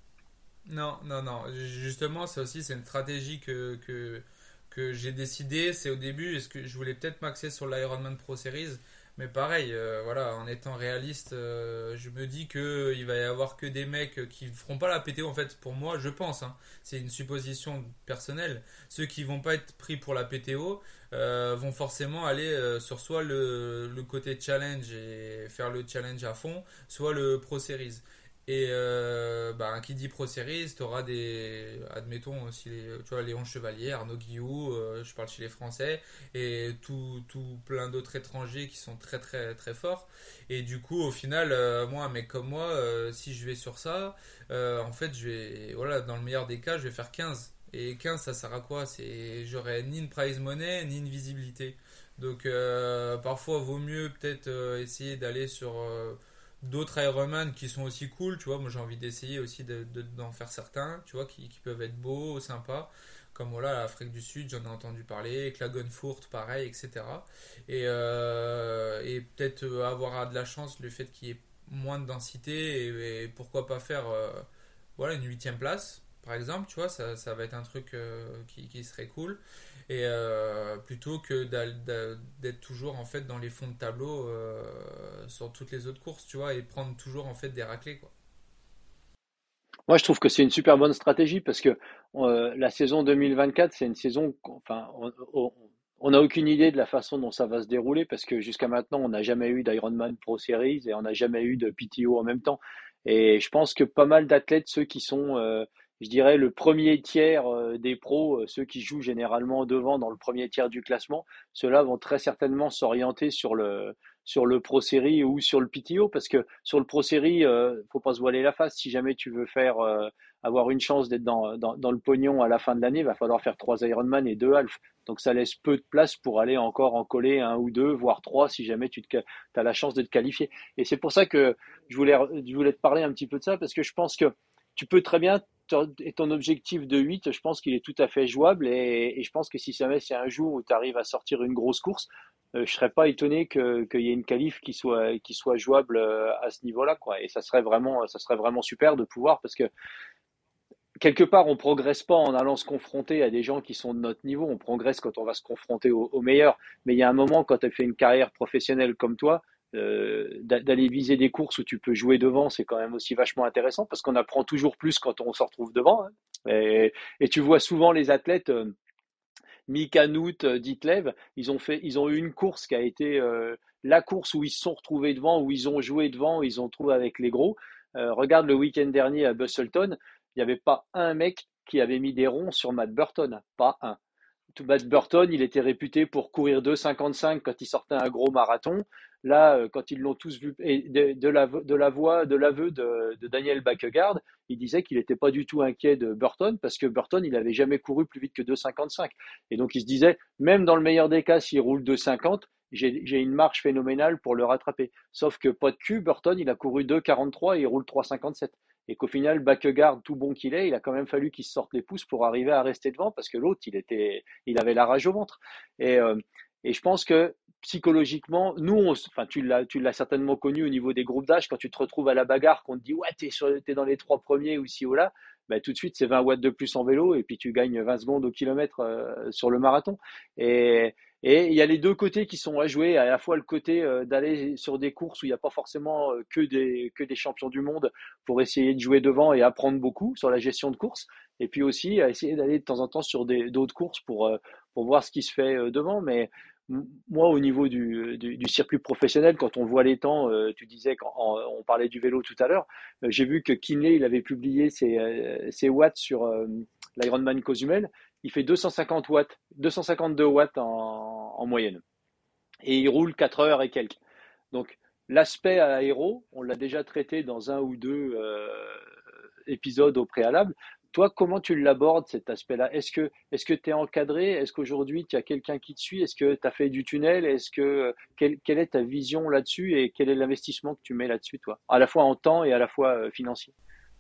Non, non, non. Justement, ça aussi, c'est une stratégie que, que, que j'ai décidé. C'est au début, est-ce que je voulais peut-être m'axer sur l'Ironman Pro Series, mais pareil, euh, voilà, en étant réaliste, euh, je me dis que il va y avoir que des mecs qui feront pas la P T O. En fait, pour moi, je pense, hein, c'est une supposition personnelle. Ceux qui vont pas être pris pour la P T O euh, vont forcément aller euh, sur soit le, le côté challenge et faire le challenge à fond, soit le Pro Series. Et euh, bah, qui dit Pro Series, tu auras des, admettons aussi, les, tu vois, Léon Chevalier, Arnaud Guillou, euh, je parle chez les Français, et tout, tout plein d'autres étrangers qui sont très très très forts. Et du coup, au final, euh, moi, un mec comme moi, euh, si je vais sur ça, euh, en fait, je vais, voilà, dans le meilleur des cas, je vais faire quinze. Et quinze, ça sert à quoi? C'est, j'aurai ni une prize money, ni une visibilité. Donc, euh, parfois, vaut mieux peut-être euh, essayer d'aller sur euh, d'autres Ironman qui sont aussi cool, tu vois. Moi, j'ai envie d'essayer aussi de, de- d'en faire certains, tu vois, qui, qui peuvent être beaux, sympas. Comme voilà, l'Afrique du Sud, j'en ai entendu parler, Klagenfurt, pareil, et cetera. Et, euh, et peut-être euh, avoir de la chance le fait qu'il y ait moins de densité et, et pourquoi pas faire euh, voilà, une huitième place, par exemple, tu vois, ça, ça va être un truc euh, qui, qui serait cool. Et euh, plutôt que d'al- d'a- d'être toujours en fait dans les fonds de tableau euh, sur toutes les autres courses, tu vois, et prendre toujours en fait des raclés, quoi. Moi, je trouve que c'est une super bonne stratégie parce que euh, la saison deux mille vingt-quatre, c'est une saison, qu'on- enfin, on on- on n'a aucune idée de la façon dont ça va se dérouler parce que jusqu'à maintenant, on n'a jamais eu d'Ironman Pro Series et on n'a jamais eu de P T O en même temps. Et je pense que pas mal d'athlètes, ceux qui sont, euh, je dirais, le premier tiers euh, des pros, euh, ceux qui jouent généralement devant dans le premier tiers du classement, ceux-là vont très certainement s'orienter sur le, sur le Pro Series ou sur le P T O, parce que sur le Pro Series, euh, faut pas se voiler la face. Si jamais tu veux faire euh, avoir une chance d'être dans, dans, dans le pognon à la fin de l'année, il va falloir faire trois Ironman et deux half. Donc ça laisse peu de place pour aller encore en coller un ou deux, voire trois, si jamais tu as la chance de te qualifier. Et c'est pour ça que je voulais, je voulais te parler un petit peu de ça, parce que je pense que tu peux très bien, et ton objectif de huit, je pense qu'il est tout à fait jouable, et, et je pense que si jamais c'est un jour où tu arrives à sortir une grosse course, euh, je serais pas étonné que qu'il y ait une qualif qui soit qui soit jouable euh, à ce niveau-là, quoi. Et ça serait vraiment ça serait vraiment super de pouvoir, parce que quelque part, on progresse pas en allant se confronter à des gens qui sont de notre niveau. On progresse quand on va se confronter aux, aux meilleurs. Mais il y a un moment, quand tu as fait une carrière professionnelle comme toi, euh, d'aller viser des courses où tu peux jouer devant, c'est quand même aussi vachement intéressant, parce qu'on apprend toujours plus quand on se retrouve devant, hein. Et, et tu vois souvent les athlètes, euh, Mika Nout, euh, Ditlev, ils ont fait, ils ont eu une course qui a été euh, la course où ils se sont retrouvés devant, où ils ont joué devant, où ils ont trouvé avec les gros. Euh, regarde le week-end dernier à Busselton, il n'y avait pas un mec qui avait mis des ronds sur Matt Burton, pas un. Matt Burton, il était réputé pour courir deux cinquante-cinq quand il sortait un gros marathon. Là, euh, quand ils l'ont tous vu, et de, de la, de la voix, de l'aveu de, de Daniel Bakegaard, il disait qu'il n'était pas du tout inquiet de Burton, parce que Burton, il n'avait jamais couru plus vite que deux cinquante-cinq. Et donc, il se disait, même dans le meilleur des cas, s'il roule deux cinquante, j'ai, j'ai une marche phénoménale pour le rattraper. Sauf que pas de cul, Burton, il a couru deux quarante-trois et il roule trois cinquante-sept. Et qu'au final, Bakegaard, tout bon qu'il est, il a quand même fallu qu'il se sorte les pouces pour arriver à rester devant, parce que l'autre, il était, il avait la rage au ventre. Et, euh, et je pense que psychologiquement, nous, on, enfin, tu l'as, tu l'as certainement connu au niveau des groupes d'âge, quand tu te retrouves à la bagarre, qu'on te dit, ouais, t'es, sur, t'es dans les trois premiers ou ci ou là, ben, tout de suite, c'est vingt watts de plus en vélo, et puis tu gagnes vingt secondes au kilomètre euh, sur le marathon. Et, et il y a les deux côtés qui sont à jouer, à la fois le côté euh, d'aller sur des courses où il n'y a pas forcément euh, que des, que des champions du monde, pour essayer de jouer devant et apprendre beaucoup sur la gestion de course, et puis aussi à essayer d'aller de temps en temps sur des, d'autres courses pour, euh, pour voir ce qui se fait euh, devant. Mais moi, au niveau du, du, du circuit professionnel, quand on voit les temps, euh, tu disais qu'on parlait du vélo tout à l'heure, euh, j'ai vu que Kinley, il avait publié ses, euh, ses watts sur euh, l'Ironman Cozumel. Il fait deux cent cinquante watts, deux cent cinquante-deux watts en, en moyenne. Et il roule quatre heures et quelques. Donc, l'aspect aéro, on l'a déjà traité dans un ou deux euh, épisodes au préalable. Toi, comment tu l'abordes, cet aspect-là? Est-ce que est-ce que tu es encadré? Est-ce qu'aujourd'hui, tu as quelqu'un qui te suit? Est-ce que tu as fait du tunnel? Est-ce que quelle, quelle est ta vision là-dessus, et quel est l'investissement que tu mets là-dessus, toi? À la fois en temps et à la fois euh, financier.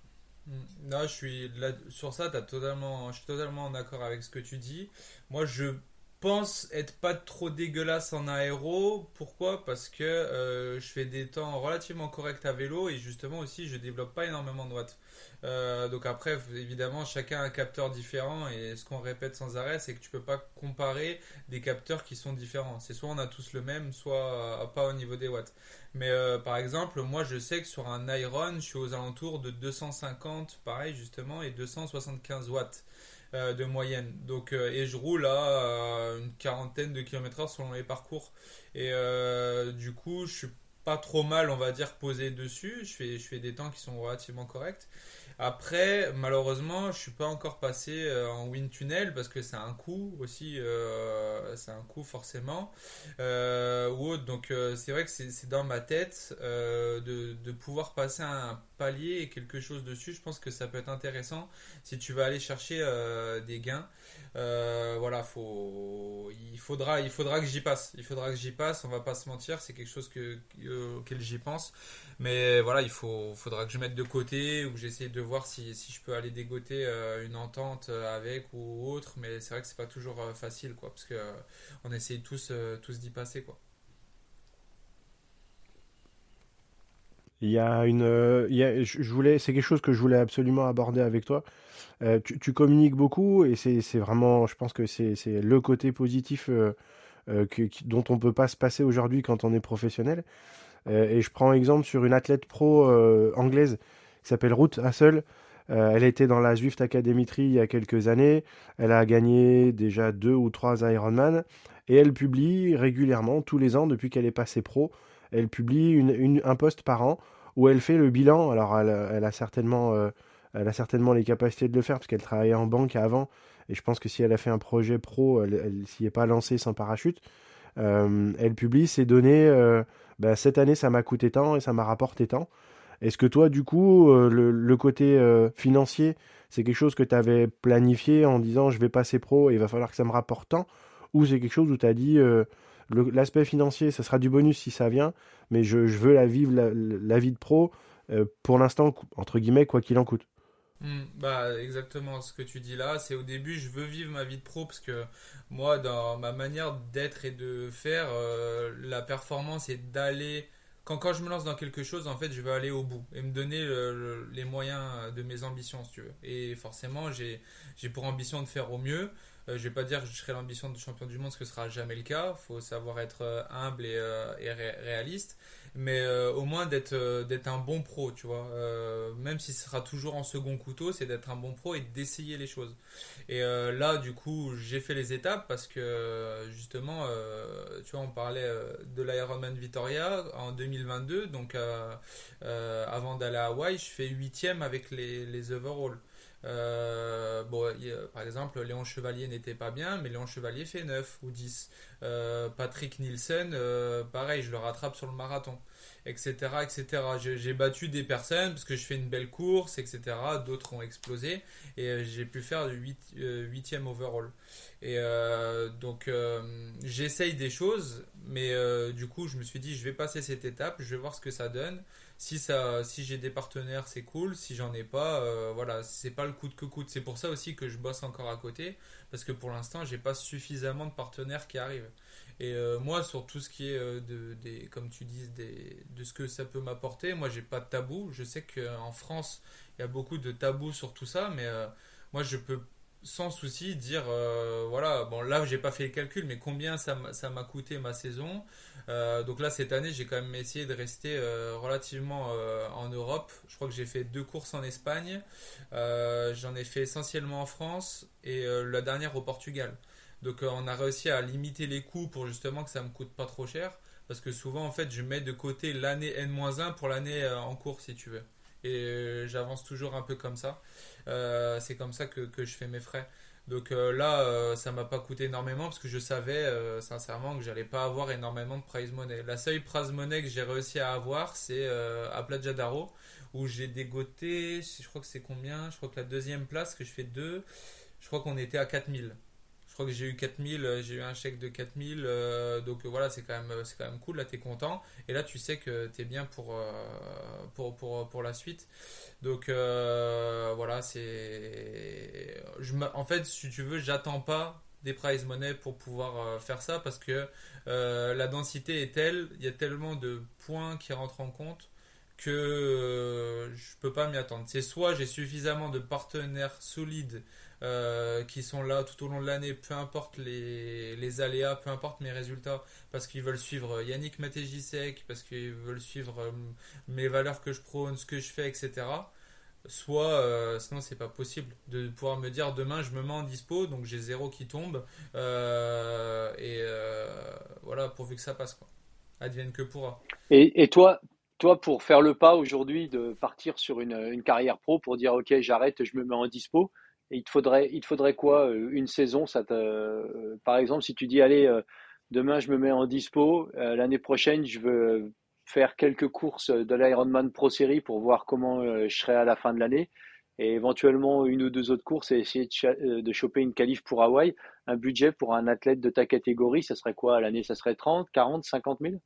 Non, je suis là, sur ça, t'as totalement, je suis totalement d'accord avec ce que tu dis. Moi, je pense être pas trop dégueulasse en aéro. Pourquoi? Parce que euh, je fais des temps relativement corrects à vélo, et justement aussi, je développe pas énormément de watts. Euh, donc après, évidemment, chacun a un capteur différent, et ce qu'on répète sans arrêt, c'est que tu peux pas comparer des capteurs qui sont différents. C'est soit on a tous le même, soit euh, pas au niveau des watts. Mais euh, par exemple, moi je sais que sur un Iron, je suis aux alentours de deux cent cinquante, pareil justement, et deux cent soixante-quinze watts euh, de moyenne. Donc, euh, et je roule à euh, une quarantaine de kilomètres heure selon les parcours. Et euh, du coup, je suis pas trop mal, on va dire, posé dessus. Je fais, je fais des temps qui sont relativement corrects. Après, malheureusement, je suis pas encore passé euh, en wind tunnel, parce que c'est un coût aussi, euh, c'est un coût forcément. Euh, ou autre. Donc euh, c'est vrai que c'est c'est dans ma tête euh, de, de pouvoir passer un palier et quelque chose dessus. Je pense que ça peut être intéressant si tu vas aller chercher euh, des gains. Euh, voilà, faut, il faudra, il faudra que j'y passe. Il faudra que j'y passe. On va pas se mentir, c'est quelque chose que, euh, auquel j'y pense. Mais voilà, il faut, faudra que je mette de côté, ou que j'essaie de voir si, si je peux aller dégoter euh, une entente avec ou autre. Mais c'est vrai que c'est pas toujours euh, facile, quoi, parce que euh, on essaye tous, euh, tous d'y passer, quoi. Il y a une, euh, il y a, je je voulais, c'est quelque chose que je voulais absolument aborder avec toi. Euh, tu, tu communiques beaucoup, et c'est, c'est vraiment, je pense que c'est, c'est le côté positif euh, euh, que- qui- dont on peut pas se passer aujourd'hui quand on est professionnel. Euh, et je prends exemple sur une athlète pro euh, anglaise qui s'appelle Ruth Hassel. Euh, elle était dans la Zwift Academy Tri il y a quelques années. Elle a gagné déjà deux ou trois Ironman, et elle publie régulièrement, tous les ans, depuis qu'elle est passée pro. Elle publie une, une- un post par an où elle fait le bilan. Alors, elle, a elle a certainement euh, Elle a certainement les capacités de le faire parce qu'elle travaillait en banque avant. Et je pense que si elle a fait un projet pro, elle, elle s'y est pas lancée sans parachute. Euh, elle publie ses données. Euh, bah, cette année, ça m'a coûté tant et ça m'a rapporté tant. Est-ce que toi, du coup, euh, le, le côté euh, financier, c'est quelque chose que tu avais planifié en disant je vais passer pro et il va falloir que ça me rapporte tant? Ou c'est quelque chose où tu as dit euh, le- l'aspect financier, ça sera du bonus si ça vient, mais je, je veux la vivre, la, la vie de pro, euh, pour l'instant, cou- entre guillemets, quoi qu'il en coûte. Hmm, bah exactement ce que tu dis là, c'est au début je veux vivre ma vie de pro parce que moi dans ma manière d'être et de faire, euh, la performance est d'aller quand, quand je me lance dans quelque chose en fait je veux aller au bout et me donner le- le- les moyens de mes ambitions si tu veux. Et forcément j'ai j'ai pour ambition de faire au mieux. Euh, je vais pas dire que je serai l'ambition de champion du monde, ce que ce sera jamais le cas. Faut savoir être euh, humble et, euh, et ré- réaliste, mais euh, au moins d'être euh, d'être un bon pro, tu vois. Euh, même si ce sera toujours en second couteau, c'est d'être un bon pro et d'essayer les choses. Et euh, là, du coup, j'ai fait les étapes parce que euh, justement, euh, tu vois, on parlait euh, de l'Ironman Vitoria en deux mille vingt-deux, donc euh, euh, avant d'aller à Hawaï, je fais huitième avec les, les overalls. Euh, bon, il y a- par exemple, Léon Chevalier n'était pas bien, mais Léon Chevalier fait neuf ou dix. Euh, Patrick Nielsen, euh, pareil, je le rattrape sur le marathon, et cetera, et cetera. J'ai j'ai battu des personnes parce que je fais une belle course, et cetera. D'autres ont explosé et euh, j'ai pu faire du huit, euh, huitième overall. Et euh, donc, euh, j'essaye des choses, mais euh, du coup, je me suis dit, je vais passer cette étape, je vais voir ce que ça donne. Si ça, si j'ai des partenaires, c'est cool. Si j'en ai pas, euh, voilà, c'est pas le coûte que coûte. C'est pour ça aussi que je bosse encore à côté, parce que pour l'instant, j'ai pas suffisamment de partenaires qui arrivent. Et euh, moi, sur tout ce qui est euh, de, des, comme tu dis, des, de ce que ça peut m'apporter, moi, j'ai pas de tabou. Je sais qu'en France, il y a beaucoup de tabous sur tout ça, mais euh, moi, je peux sans souci dire, euh, voilà, bon, là, j'ai pas fait le calcul, mais combien ça m'a ça m'a coûté ma saison. Euh, donc là, cette année, j'ai quand même essayé de rester euh, relativement euh, en Europe. Je crois que j'ai fait deux courses en Espagne. Euh, j'en ai fait essentiellement en France et euh, la dernière au Portugal. Donc euh, on a réussi à limiter les coûts pour justement que ça me coûte pas trop cher. Parce que souvent, en fait, je mets de côté l'année N un pour l'année euh, en cours, si tu veux. Et euh, j'avance toujours un peu comme ça. Euh, c'est comme ça que, que je fais mes frais. Donc euh, là, euh, ça m'a pas coûté énormément parce que je savais euh, sincèrement que j'allais pas avoir énormément de prize money. La seule prize money que j'ai réussi à avoir, c'est euh, à Playa d'Aro où j'ai dégoté, je crois que c'est combien? Je crois que la deuxième place que je fais deux, je crois qu'on était à quatre mille. Je crois que j'ai eu quatre mille, euh, j'ai eu un chèque de quatre mille, euh, donc euh, voilà, c'est quand même, c'est quand même cool, là t'es content, et là tu sais que t'es bien pour, euh, pour, pour, pour la suite. Donc euh, voilà, c'est. Je, m'a- en fait, si tu veux, j'attends pas des prize money pour pouvoir euh, faire ça parce que euh, la densité est telle, il y a tellement de points qui rentrent en compte que euh, je peux pas m'y attendre. C'est soit j'ai suffisamment de partenaires solides euh, qui sont là tout au long de l'année, peu importe les, les aléas, peu importe mes résultats, parce qu'ils veulent suivre Yannick Matéjisek, parce qu'ils veulent suivre euh, mes valeurs que je prône, ce que je fais, et cetera. Soit, euh, sinon c'est pas possible de pouvoir me dire demain je me mets en dispo, donc j'ai zéro qui tombe, euh, et euh, voilà, pourvu que ça passe quoi. Advienne que pourra. Et, et toi, toi, pour faire le pas aujourd'hui de partir sur une, une carrière pro, pour dire ok, j'arrête, je me mets en dispo, et il te faudrait, il te faudrait quoi, euh, une saison, ça te, euh, par exemple, si tu dis allez, euh, demain je me mets en dispo, euh, l'année prochaine je veux faire quelques courses de l'Ironman Pro Series pour voir comment euh, je serai à la fin de l'année, et éventuellement une ou deux autres courses et essayer de, cha- euh, de choper une qualif pour Hawaï, un budget pour un athlète de ta catégorie, ça serait quoi à l'année? Ça serait trente, quarante, cinquante mille?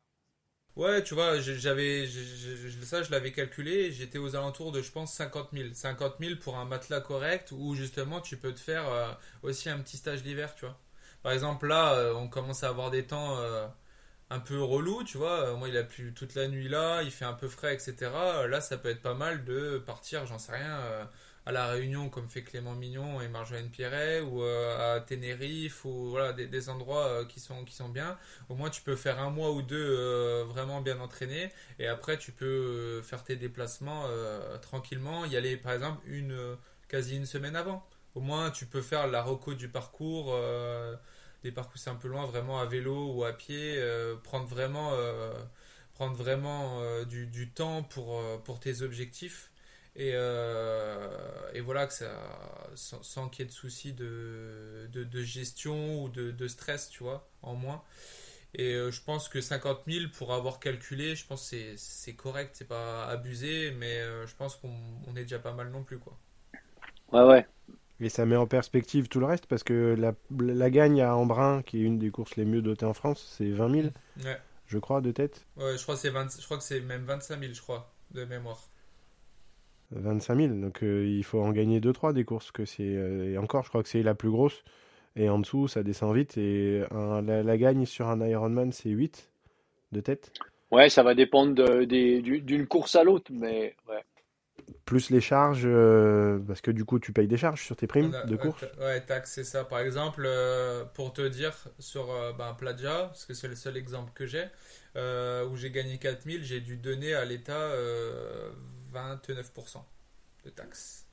Ouais, tu vois, j'ai- j'avais, j'ai- j'ai- ça je l'avais calculé, j'étais aux alentours de, je pense, cinquante mille. cinquante mille pour un matelas correct où justement tu peux te faire euh, aussi un petit stage d'hiver, tu vois. Par exemple, là, euh, on commence à avoir des temps euh, un peu relous, tu vois. Euh, Moi, il a plu toute la nuit là, il fait un peu frais, et cetera. Euh, Là, ça peut être pas mal de partir, j'en sais rien, euh, à La Réunion comme fait Clément Mignon et Marjolaine Pierret, ou euh, à Tenerife, ou voilà, des, des endroits euh, qui sont, qui sont bien. Au moins, tu peux faire un mois ou deux euh, vraiment bien entraîné, et après, tu peux euh, faire tes déplacements euh, tranquillement, y aller par exemple une, euh, quasi une semaine avant. Au moins, tu peux faire la reco du parcours. Euh, des parcours un peu loin, vraiment à vélo ou à pied, euh, prendre vraiment, euh, prendre vraiment euh, du, du temps pour, euh, pour tes objectifs. Et, euh, et voilà, que ça, sans, sans qu'il y ait de soucis de, de, de gestion ou de, de stress, tu vois, en moins. Et euh, je pense que cinquante mille pour avoir calculé, je pense que c'est, c'est correct, c'est pas abusé, mais euh, je pense qu'on on est déjà pas mal non plus, quoi. Ouais, ouais. Et ça met en perspective tout le reste parce que la, la gagne à Embrun, qui est une des courses les mieux dotées en France, c'est vingt mille, Mm. Ouais. je crois, de tête. Ouais, je crois que c'est vingt, je crois que c'est même vingt-cinq mille, je crois, de mémoire. vingt-cinq mille, donc euh, il faut en gagner deux trois des courses. Que c'est, euh, et encore, je crois que c'est la plus grosse. Et en dessous, ça descend vite. Et un- la, la gagne sur un Ironman, c'est huit de tête. Ouais, ça va dépendre de- des- du- d'une course à l'autre, mais ouais. Plus les charges, euh, parce que du coup, tu payes des charges sur tes On primes a, de ouais, course. ta- ouais, taxe, c'est ça. Par exemple, euh, pour te dire, sur euh, ben, Plagia, parce que c'est le seul exemple que j'ai, euh, où j'ai gagné quatre mille, j'ai dû donner à l'État euh, vingt-neuf pour cent de taxes.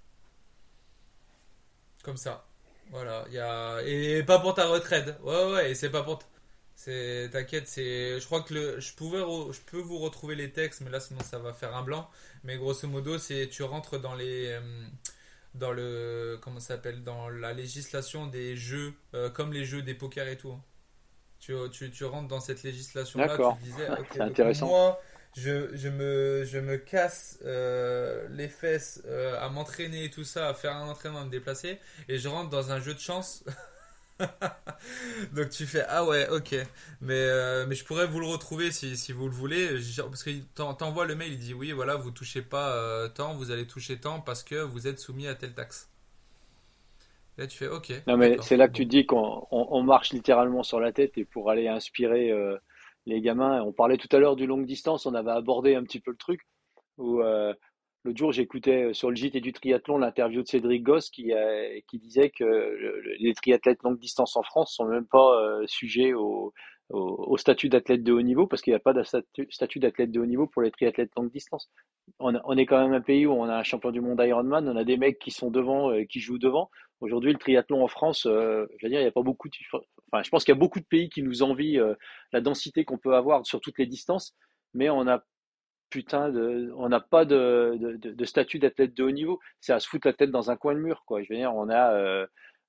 Comme ça. Voilà. Il y a... Et pas pour ta retraite. Ouais, ouais, et c'est pas pour... t- C'est... T'inquiète, c'est... Je crois que le... je pouvais re- je peux vous retrouver les textes, mais là, sinon, ça va faire un blanc. Mais grosso modo, c'est... Tu rentres dans les... euh, dans le... Comment ça s'appelle? Dans la législation des jeux, euh, comme les jeux des poker et tout. Tu, tu, tu rentres dans cette législation-là, tu D'accord. te disais, C'est ok, donc intéressant. moi, je, je me, je me casse euh, les fesses euh, à m'entraîner et tout ça, à faire un entraînement, à me déplacer, et je rentre dans un jeu de chance. Donc tu fais, ah ouais, ok. Mais, euh, mais je pourrais vous le retrouver si, si vous le voulez. Genre, parce qu'il t'en- t'envoie le mail, il dit, oui, voilà, vous touchez pas euh, tant, vous allez toucher tant parce que vous êtes soumis à telle taxe. Et là, tu fais, ok, Non, mais d'accord, c'est là que tu bon. te dis qu'on on- on marche littéralement sur la tête et pour aller inspirer euh, les gamins. On parlait tout à l'heure du longue distance, on avait abordé un petit peu le truc. Où, euh, l'autre jour, j'écoutais euh, sur le J T du triathlon l'interview de Cédric Goss qui, euh, qui disait que le- le- les triathlètes longue distance en France sont même pas euh, sujets au, au, au statut d'athlète de haut niveau parce qu'il n'y a pas de statut, statut d'athlète de haut niveau pour les triathlètes longue distance. On, a- on est quand même un pays où on a un champion du monde Ironman, on a des mecs qui sont devant, euh, qui jouent devant. Aujourd'hui, le triathlon en France, euh, je veux dire, il n'y a pas beaucoup de, enfin, je pense qu'il y a beaucoup de pays qui nous envient euh, la densité qu'on peut avoir sur toutes les distances, mais on a putain de, on n'a pas de, de, de- de statut d'athlète de haut niveau. C'est à se foutre la tête dans un coin de mur, quoi. Je veux dire, on a, euh,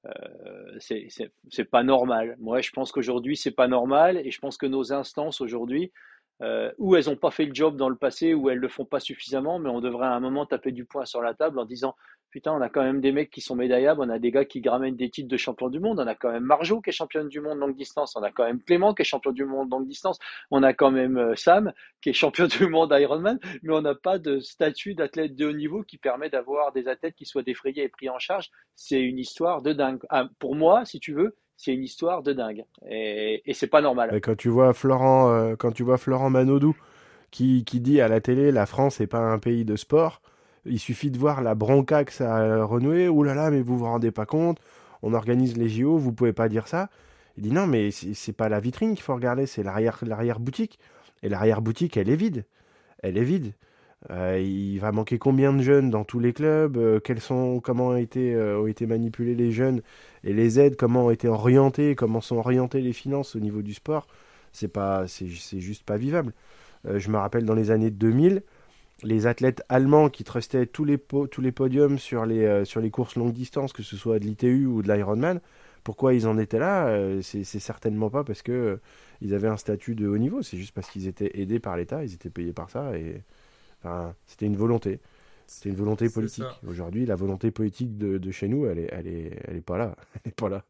euh, c'est, c'est, c'est pas normal. Moi, je pense qu'aujourd'hui, c'est pas normal, et je pense que nos instances aujourd'hui, euh, ou elles n'ont pas fait le job dans le passé, ou elles le font pas suffisamment, mais on devrait à un moment taper du poing sur la table en disant, putain, on a quand même des mecs qui sont médaillables, on a des gars qui ramènent des titres de champion du monde, on a quand même Marjo qui est championne du monde longue distance, on a quand même Clément qui est champion du monde longue distance, on a quand même euh, Sam qui est champion du monde Ironman, mais on n'a pas de statut d'athlète de haut niveau qui permet d'avoir des athlètes qui soient défrayés et pris en charge. C'est une histoire de dingue. Ah, pour moi, si tu veux, c'est une histoire de dingue. Et, et c'est pas normal. Et quand tu vois Florent, euh, quand tu vois Florent Manodou qui, qui dit à la télé, la France n'est pas un pays de sport, il suffit de voir la bronca que ça a renoué. Ouh là là, mais vous vous rendez pas compte, on organise les J O, vous pouvez pas dire ça. Il dit non, mais c'est c'est pas la vitrine qu'il faut regarder, c'est l'arrière, l'arrière boutique. Et l'arrière boutique, elle est vide. Elle est vide. Euh, il va manquer combien de jeunes dans tous les clubs, euh, quels sont, comment ont été, euh, ont été manipulés les jeunes et les aides, comment ont été orientés, comment sont orientées les finances au niveau du sport. C'est pas, c'est, c'est juste pas vivable. Euh, je me rappelle dans les années deux mille, les athlètes allemands qui trustaient tous les, po- tous les podiums sur les, euh, sur les courses longue distance, que ce soit de l'I T U ou de l'Ironman, pourquoi ils en étaient là? Euh, c'est, c'est certainement pas parce que euh, ils avaient un statut de haut niveau, c'est juste parce qu'ils étaient aidés par l'État, ils étaient payés par ça et enfin, c'était une volonté. C'était une volonté C'est ça. politique. Aujourd'hui, la volonté politique de, de chez nous, elle est, elle est, elle est pas là. Elle est pas là.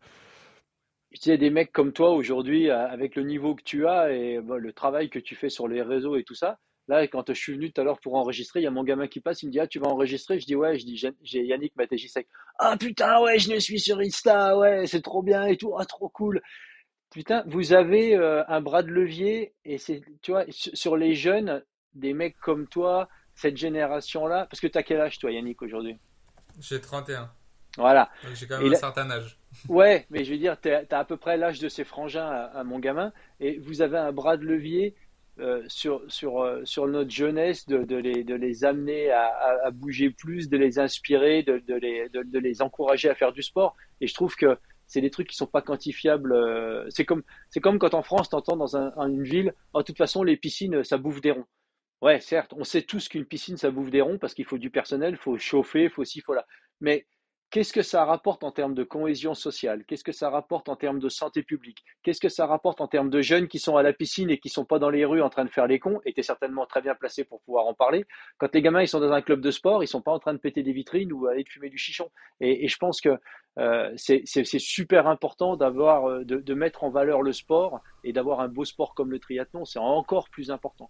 Je disais, des mecs comme toi aujourd'hui, euh, avec le niveau que tu as et bon, le travail que tu fais sur les réseaux et tout ça, là, quand je suis venu tout à l'heure pour enregistrer, il y a mon gamin qui passe, il me dit, ah, tu vas enregistrer? Je dis, ouais, je dis, j'ai j'ai Yannick Matégisek. Ah, putain, ouais, je le suis sur Insta, ouais, c'est trop bien et tout, ah, trop cool. Putain, vous avez euh, un bras de levier et c'est, tu vois, sur sur les jeunes, des mecs comme toi, cette génération-là, parce que t'as quel âge toi, Yannick, aujourd'hui? J'ai trente et un. Voilà. Donc j'ai quand Et même un là, certain âge. ouais, mais je veux dire, t'as, t'as à peu près l'âge de ces frangins à, à mon gamin, et vous avez un bras de levier euh, sur, sur, euh, sur notre jeunesse, de, de les, de les amener à, à, à bouger plus, de les inspirer, de, de les, de, de les encourager à faire du sport. Et je trouve que c'est des trucs qui sont pas quantifiables. euh, C'est comme, c'est comme quand en France, t'entends dans un, un- une ville, oh, de toute façon, les piscines, ça bouffe des ronds. Ouais, certes, on sait tous qu'une piscine, ça bouffe des ronds parce qu'il faut du personnel, il faut chauffer, il faut ci, il faut là. Mais qu'est-ce que ça rapporte en termes de cohésion sociale? Qu'est-ce que ça rapporte en termes de santé publique? Qu'est-ce que ça rapporte en termes de jeunes qui sont à la piscine et qui sont pas dans les rues en train de faire les cons? Et tu es certainement très bien placé pour pouvoir en parler. Quand les gamins ils sont dans un club de sport, ils sont pas en train de péter des vitrines ou aller de fumer du chichon. Et, et je pense que euh, c'est c'est- c'est super important d'avoir, euh, de, de mettre en valeur le sport et d'avoir un beau sport comme le triathlon. C'est encore plus important.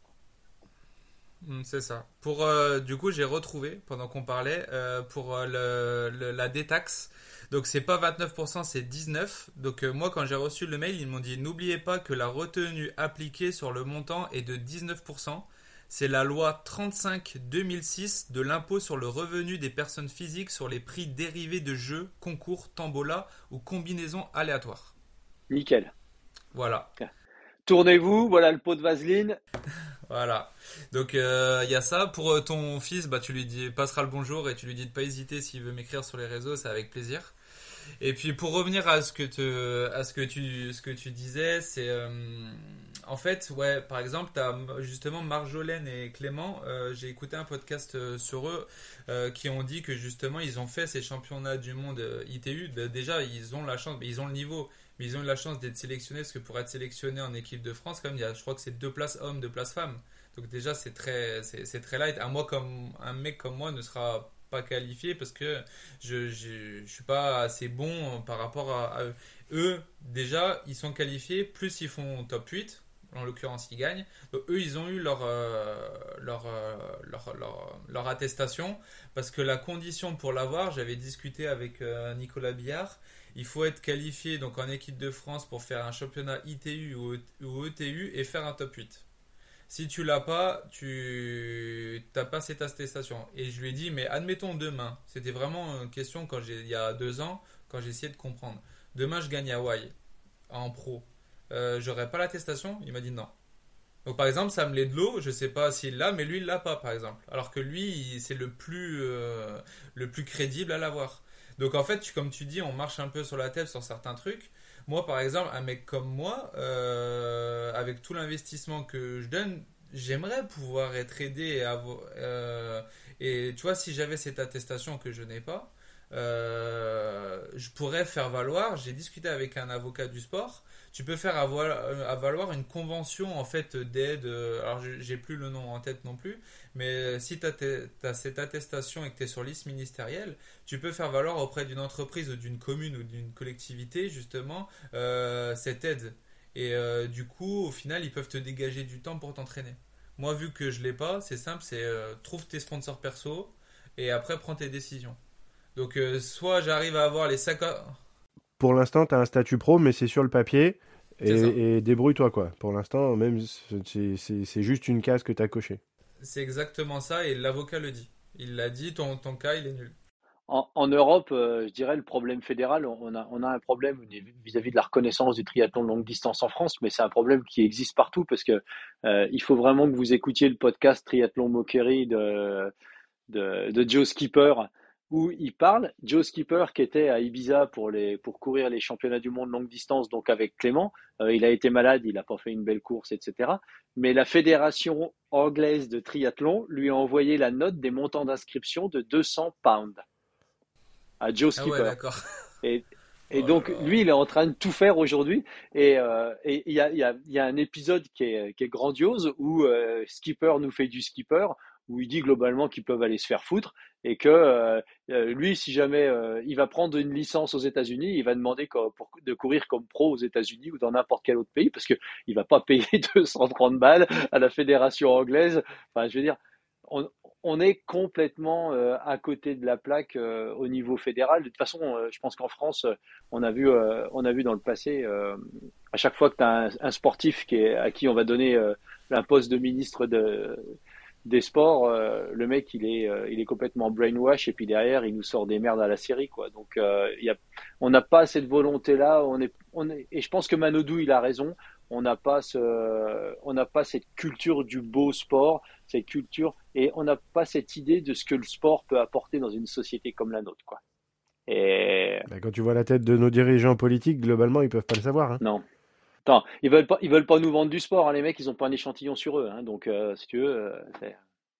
Hmm, c'est ça. Pour euh, du coup, j'ai retrouvé pendant qu'on parlait euh, pour euh, le, le- la détaxe. Donc c'est pas vingt-neuf pour cent, c'est dix-neuf. Donc euh, moi, quand j'ai reçu le mail, ils m'ont dit n'oubliez pas que la retenue appliquée sur le montant est de dix-neuf pour cent. C'est la loi trente-cinq deux mille six de l'impôt sur le revenu des personnes physiques sur les prix dérivés de jeux, concours, tombola ou combinaisons aléatoires. Nickel. Voilà. Tournez-vous, voilà le pot de vaseline. Voilà. Donc il euh, y a ça. Pour euh, ton fils, bah tu lui dis passeras le bonjour et tu lui dis de pas hésiter s'il veut m'écrire sur les réseaux, c'est avec plaisir. Et puis pour revenir à ce que te, à ce que tu, ce que tu disais, c'est euh, en fait ouais, par exemple, t'as justement Marjolaine et Clément. Euh, j'ai écouté un podcast euh, sur eux euh, qui ont dit que justement ils ont fait ces championnats du monde euh, I T U. Bah, déjà ils ont la chance, ils ont le niveau. Mais ils ont eu la chance d'être sélectionnés parce que pour être sélectionné en équipe de France, quand même, il y a, je crois que c'est deux places hommes, deux places femmes. Donc déjà, c'est très, c'est, c'est très light. Un, moi comme, un mec comme moi ne sera pas qualifié parce que je, je, je suis pas assez bon par rapport à, à eux. Eux, déjà, ils sont qualifiés, plus ils font top huit. En l'occurrence, ils gagnent. Donc, eux, ils ont eu leur, euh, leur, euh, leur, leur, leur attestation parce que la condition pour l'avoir, j'avais discuté avec euh, Nicolas Billard, il faut être qualifié donc en équipe de France pour faire un championnat I T U ou E T U et faire un top huit. Si tu l'as pas, tu n'as pas cette attestation. Et je lui ai dit, mais admettons demain, c'était vraiment une question quand j'ai, il y a deux ans, quand j'ai essayé de comprendre. Demain, je gagne Hawaï en pro. Euh, j'aurais pas l'attestation? Il m'a dit non. Donc par exemple, Sam Ledlow, je sais pas s'il l'a, mais lui il l'a pas par exemple. Alors que lui, il- c'est le plus euh, le plus crédible à l'avoir. Donc en fait, tu- comme tu dis, on marche un peu sur la tête sur certains trucs. Moi par exemple, un mec comme moi, euh, avec tout l'investissement que je donne, j'aimerais pouvoir être aidé et avoir, euh, et tu vois, si j'avais cette attestation que je n'ai pas, euh, je pourrais faire valoir. J'ai discuté avec un avocat du sport, tu peux faire avoir, euh, valoir une convention en fait d'aide. euh, Alors je- j'ai plus le nom en tête non plus, mais si tu as cette attestation et que tu es sur liste ministérielle, tu peux faire valoir auprès d'une entreprise ou d'une commune ou d'une collectivité justement euh, cette aide. Et euh, du coup, au final, ils peuvent te dégager du temps pour t'entraîner. Moi, vu que je l'ai pas, c'est simple, c'est euh, trouve tes sponsors perso et après prends tes décisions. Donc euh, soit j'arrive à avoir les cinquante. Pour l'instant, tu as un statut pro, mais c'est sur le papier. C'est ça. Et, et débrouille-toi, quoi. Pour l'instant, même, c'est c'est- c'est juste une case que tu as cochée. C'est exactement ça et l'avocat le dit. Il l'a dit, ton, ton cas, il est nul. En, en Europe, euh, je dirais le problème fédéral, on a, on a un problème vis-à-vis de la reconnaissance du triathlon de longue distance en France, mais c'est un problème qui existe partout parce que euh, il faut vraiment que vous écoutiez le podcast Triathlon Moquerie de, de, de Joe Skipper où il parle. Joe Skipper qui était à Ibiza pour, les, pour courir les championnats du monde longue distance, donc avec Clément. Euh, il a été malade, il n'a pas fait une belle course, et cetera. Mais la fédération anglaise de triathlon lui a envoyé la note des montants d'inscription de deux cents pounds à Joe Ah ouais, Skipper. d'accord. Et, et Oh là donc, là. lui, il est en train de tout faire aujourd'hui. Et euh, et il y a, il y, a, il y a un épisode qui est, qui est grandiose où euh, Skipper nous fait du skipper, où il dit globalement qu'ils peuvent aller se faire foutre et que euh, euh, lui, si jamais euh, il va prendre une licence aux États-Unis, il va demander co- pour- de courir comme pro aux États-Unis ou dans n'importe quel autre pays parce qu'il ne va pas payer deux cent trente balles à la fédération anglaise. Enfin, je veux dire, on, on est complètement euh, à côté de la plaque euh, au niveau fédéral. De toute façon, euh, je pense qu'en France, euh, on a vu, euh, on a vu dans le passé, euh, à chaque fois que tu as un, un sportif qui est, à qui on va donner euh, un poste de ministre de, des sports, euh, le mec, il est, euh, il est complètement brainwash et puis derrière, il nous sort des merdes à la série, quoi. Donc, euh, il y a, on n'a pas cette volonté-là. On est, on est, et je pense que Manodou, il a raison. On n'a pas ce, on n'a pas cette culture du beau sport, cette culture, et on n'a pas cette idée de ce que le sport peut apporter dans une société comme la nôtre, quoi. Et Bah, quand tu vois la tête de nos dirigeants politiques, globalement, ils peuvent pas le savoir, hein. non, Attends, ils veulent pas, ils veulent pas nous vendre du sport, hein, les mecs, ils ont pas un échantillon sur eux, hein, donc euh, si tu veux, euh, c'est-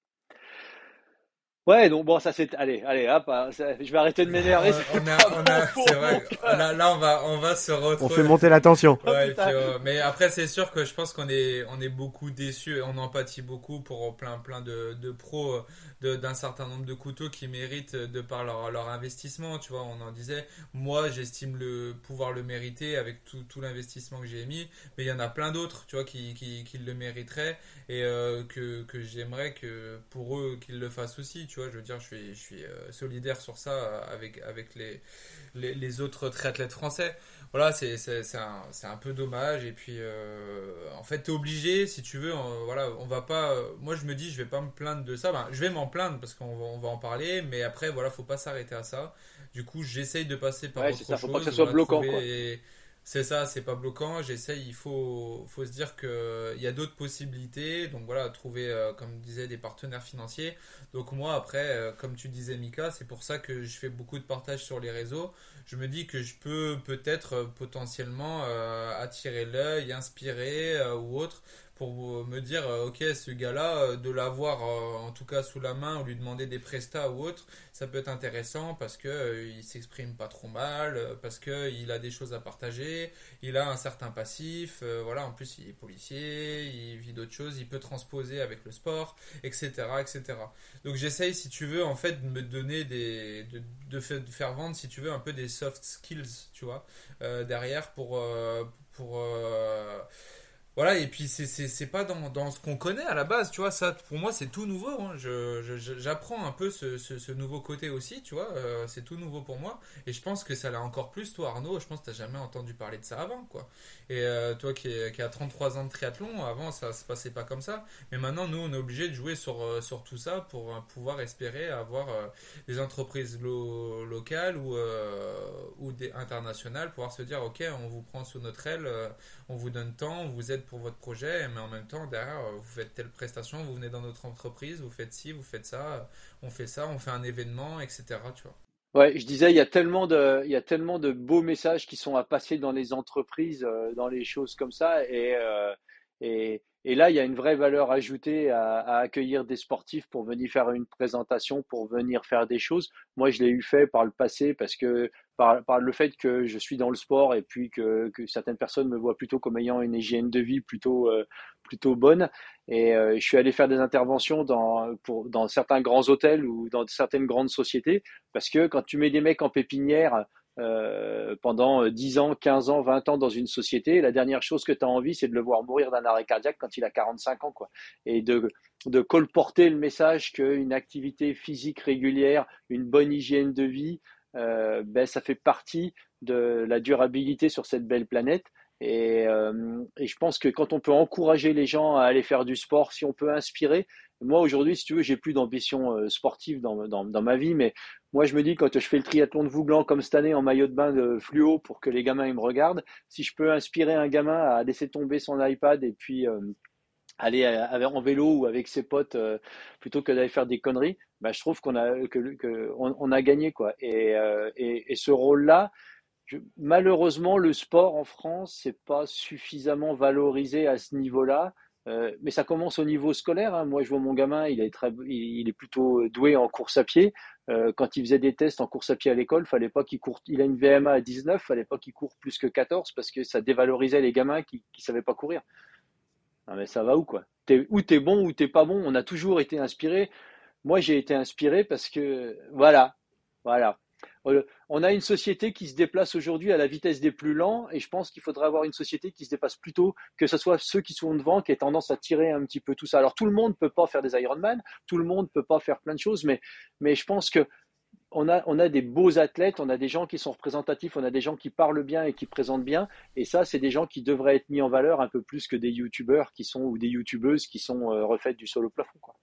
ouais, donc bon, ça c'est, allez, allez, hop, hein, ça- je vais arrêter de m'énerver, On, c'est on a, pas on bon a, pour c'est mon vrai. cœur. Là, là, on va, on va se On fait retrouver. monter la tension. Oh Ouais, et puis, putain. euh, mais après, c'est sûr que je pense qu'on est, on est beaucoup déçus et on empathie beaucoup pour plein, plein de, de pros, euh, de- d'un certain nombre de couteaux qui méritent de par leur, leur investissement. Tu vois, on en disait, moi, j'estime le pouvoir le mériter avec tout, tout l'investissement que j'ai mis, mais il y en a plein d'autres, tu vois, qui, qui, qui le mériteraient et euh, que, que j'aimerais que pour eux qu'ils le fassent aussi. Tu vois, je veux dire, je suis, je suis euh, solidaire sur ça euh, avec, avec les, les, les autres triathlètes français. Voilà, c'est c'est c'est un, c'est un peu dommage et puis euh, en fait t'es obligé si tu veux euh, voilà on va pas euh, moi je me dis je vais pas me plaindre de ça. Ben, je vais m'en plaindre parce qu'on va on va en parler mais après voilà faut pas s'arrêter à ça. Du coup j'essaye de passer par Ouais, c'est autre ça, faut pas que chose, ça soit voilà, bloquant, quoi. trouver c'est ça, c'est pas bloquant. J'essaye, il faut, faut se dire que il y a d'autres possibilités. Donc voilà, trouver, euh, comme je disais, des partenaires financiers. Donc moi, après, euh, comme tu disais, Mika, c'est pour ça que je fais beaucoup de partage sur les réseaux. Je me dis que je peux peut-être euh, potentiellement euh, attirer l'œil, inspirer euh, ou autre pour me dire, euh, ok, ce gars-là, euh, de l'avoir euh, en tout cas sous la main ou lui demander des prestats ou autre, ça peut être intéressant parce que euh, il s'exprime pas trop mal, euh, parce que il a des choses à partager, il a un certain passif, euh, voilà, en plus il est policier, il vit d'autres choses, il peut transposer avec le sport, et cetera, et cetera. Donc j'essaye, si tu veux, en fait, de me donner des, de, de, fa- de faire vendre, si tu veux, un peu des soft skills, tu vois, euh, derrière pour, euh, pour euh, voilà, et puis c'est c'est c'est pas dans, dans ce qu'on connaît à la base, tu vois, ça pour moi c'est tout nouveau, hein. Je, je- je- j'apprends un peu ce, ce, ce nouveau côté aussi, tu vois, euh, c'est tout nouveau pour moi, et je pense que ça l'a encore plus, toi Arnaud, je pense que t'as jamais entendu parler de ça avant, quoi. Et euh, toi qui, est- qui a trente-trois ans de triathlon, avant ça se passait pas comme ça, mais maintenant nous on est obligé de jouer sur, euh, sur tout ça pour euh, pouvoir espérer avoir euh, des entreprises lo- locales ou, euh, ou des internationales, pouvoir se dire ok on vous prend sous notre aile, euh, on vous donne tant, on vous aide pour votre projet, mais en même temps, derrière, euh, vous faites telle prestation, vous venez dans notre entreprise, vous faites ci, vous faites ça, euh, on fait ça, on fait un événement, et cetera. Tu vois. Ouais, je disais, il y a tellement de, il y a tellement de beaux messages qui sont à passer dans les entreprises, euh, dans les choses comme ça, et, euh, et, et là, il y a une vraie valeur ajoutée à, à accueillir des sportifs pour venir faire une présentation, pour venir faire des choses. Moi, je l'ai eu fait par le passé parce que par, par le fait que je suis dans le sport et puis que, que certaines personnes me voient plutôt comme ayant une hygiène de vie plutôt, euh, plutôt bonne. Et euh, je suis allé faire des interventions dans, pour, dans certains grands hôtels ou dans certaines grandes sociétés. Parce que quand tu mets des mecs en pépinière euh, pendant dix ans, quinze ans, vingt ans dans une société, la dernière chose que tu as envie, c'est de le voir mourir d'un arrêt cardiaque quand il a quarante-cinq ans, quoi. Et de, de colporter le message qu'une activité physique régulière, une bonne hygiène de vie, euh, ben, ça fait partie de la durabilité sur cette belle planète. Et, euh, et je pense que quand on peut encourager les gens à aller faire du sport, si on peut inspirer, moi aujourd'hui, si tu veux, j'ai plus d'ambition euh, sportive dans, dans, dans ma vie, mais moi, je me dis, quand je fais le triathlon de Vouglan comme cette année en maillot de bain de fluo pour que les gamins ils me regardent, si je peux inspirer un gamin à laisser tomber son iPad et puis euh, aller à- à- en vélo ou avec ses potes euh, plutôt que d'aller faire des conneries, bah, je trouve qu'on a, que, que on, on a gagné, quoi. Et, euh, et, et ce rôle-là, je- malheureusement, le sport en France, c'est pas suffisamment valorisé à ce niveau-là. Euh, mais ça commence au niveau scolaire, hein. Moi, je vois mon gamin, il est très, il, il est plutôt doué en course à pied. Euh, quand il faisait des tests en course à pied à l'école, fallait pas qu'il court. Il a une V M A à dix-neuf, fallait pas qu'il court plus que quatorze parce que ça dévalorisait les gamins qui, qui savaient pas courir. Non, mais ça va où, quoi? T'es, ou t'es bon ou t'es pas bon. On a toujours été inspiré. Moi, j'ai été inspiré parce que, voilà, voilà. Euh, On a une société qui se déplace aujourd'hui à la vitesse des plus lents et je pense qu'il faudrait avoir une société qui se dépasse plutôt, que ce soit ceux qui sont devant, qui aient tendance à tirer un petit peu tout ça. Alors, tout le monde ne peut pas faire des Ironman, tout le monde ne peut pas faire plein de choses, mais, mais je pense que on a, on a des beaux athlètes, on a des gens qui sont représentatifs, on a des gens qui parlent bien et qui présentent bien. Et ça, c'est des gens qui devraient être mis en valeur un peu plus que des youtubeurs qui sont, ou des youtubeuses qui sont euh, refaites du sol au plafond, quoi.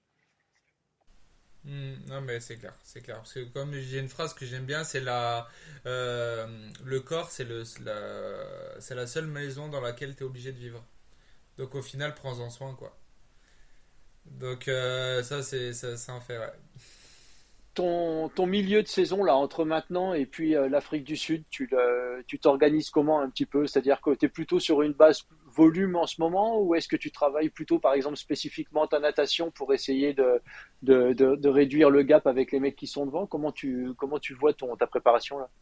Hmm, non mais c'est clair, c'est clair. Parce que comme j'ai une phrase que j'aime bien, c'est la, euh, le corps, c'est le, la, c'est la seule maison dans laquelle tu es obligé de vivre. Donc au final, prends-en soin, quoi. Donc euh, ça, c'est, ça, ça en fait, ouais. ton, ton milieu de saison là entre maintenant et puis euh, l'Afrique du Sud, tu le, tu t'organises comment un petit peu? C'est-à-dire que tu es plutôt sur une base volume en ce moment ou est-ce que tu travailles plutôt par exemple spécifiquement ta natation pour essayer de, de, de, de réduire le gap avec les mecs qui sont devant? Comment tu, comment tu vois ton, ta préparation là?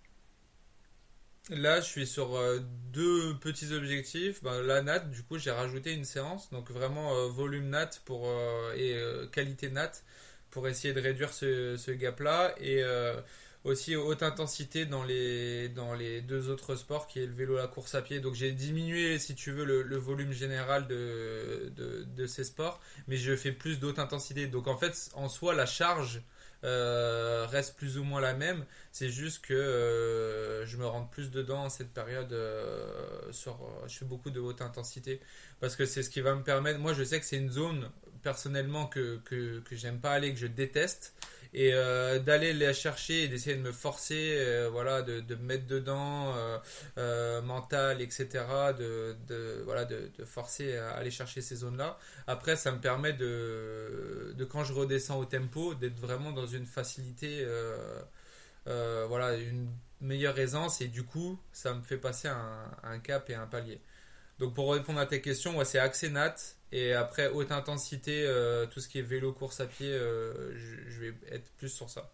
Là, je suis sur euh, deux petits objectifs. Ben, la nat, du coup, j'ai rajouté une séance, donc vraiment euh, volume nat pour, euh, et euh, qualité nat pour essayer de réduire ce, ce gap-là. Et euh, aussi haute intensité dans les, dans les deux autres sports, qui est le vélo et la course à pied. Donc j'ai diminué, si tu veux, le, le volume général de, de, de ces sports, mais je fais plus d'haute intensité. Donc en fait, en soi, la charge euh, reste plus ou moins la même. C'est juste que euh, je me rentre plus dedans en cette période. Euh, sur, euh, je fais beaucoup de haute intensité parce que c'est ce qui va me permettre. Moi, je sais que c'est une zone personnellement que, que, que j'aime pas aller, que je déteste. Et euh, d'aller les chercher et d'essayer de me forcer, euh, voilà, de, de me mettre dedans, euh, euh, mental, et cetera. De, de, voilà, de, de forcer à aller chercher ces zones-là. Après, ça me permet de, de quand je redescends au tempo, d'être vraiment dans une facilité, euh, euh, voilà, une meilleure aisance et du coup, ça me fait passer un, un cap et un palier. Donc pour répondre à tes questions, ouais, c'est axé nat et après haute intensité, euh, tout ce qui est vélo, course à pied, euh, je, je vais être plus sur ça.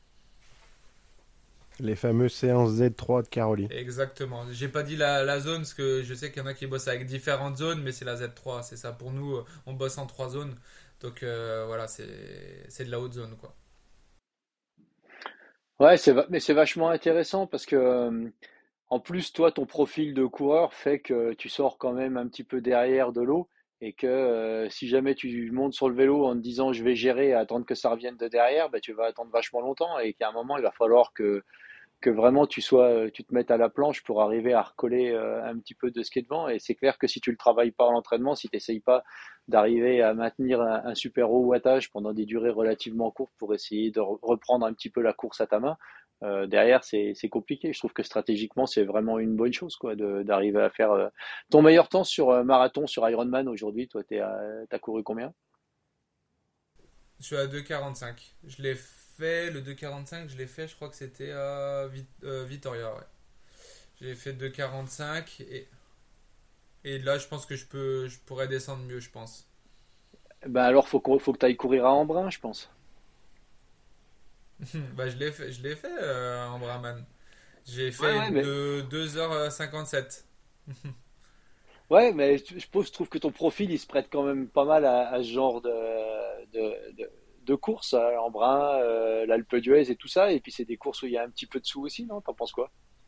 Les fameuses séances Z trois de Caroline. Exactement. J'ai pas dit la, la zone parce que je sais qu'il y en a qui bossent avec différentes zones, mais c'est la Z trois, c'est ça. Pour nous, euh, on bosse en trois zones. Donc euh, voilà, c'est c'est de la haute zone quoi. Ouais, c'est, va- mais c'est vachement intéressant parce que euh, en plus, toi, ton profil de coureur fait que tu sors quand même un petit peu derrière de l'eau et que euh, si jamais tu montes sur le vélo en te disant je vais gérer et attendre que ça revienne de derrière, bah, tu vas attendre vachement longtemps et qu'à un moment, il va falloir que, que vraiment tu sois, tu te mettes à la planche pour arriver à recoller euh, un petit peu de ce qui est devant. Et c'est clair que si tu le travailles pas à l'entraînement, si tu n'essayes pas d'arriver à maintenir un, un super haut wattage pendant des durées relativement courtes pour essayer de re- reprendre un petit peu la course à ta main, euh, derrière c'est c'est compliqué. Je trouve que stratégiquement c'est vraiment une bonne chose quoi de- d'arriver à faire euh, ton meilleur temps sur euh, marathon, sur Ironman aujourd'hui. Toi, t'es à- t'as couru combien? Je suis à deux quarante-cinq. Je l'ai fait, le deux quarante-cinq, je l'ai fait, je crois que c'était à Vit- euh, Vitoria, ouais. J'ai fait deux quarante-cinq et, et là je pense que je peux je pourrais descendre mieux, je pense. Ben alors faut qu'on- faut que tu ailles courir à Embrun, je pense. Bah je l'ai fait, je l'ai fait euh, en Brahman. J'ai Ouais, fait ouais, mais de deux heures cinquante-sept. ouais, mais je je trouve je trouve que ton profil, il se prête quand même pas mal à, à ce genre de, de, de, de courses, hein, en brun, euh, l'Alpe d'Huez et tout ça. Et puis c'est des courses où il y a un petit peu de sous aussi, non? T'en penses quoi?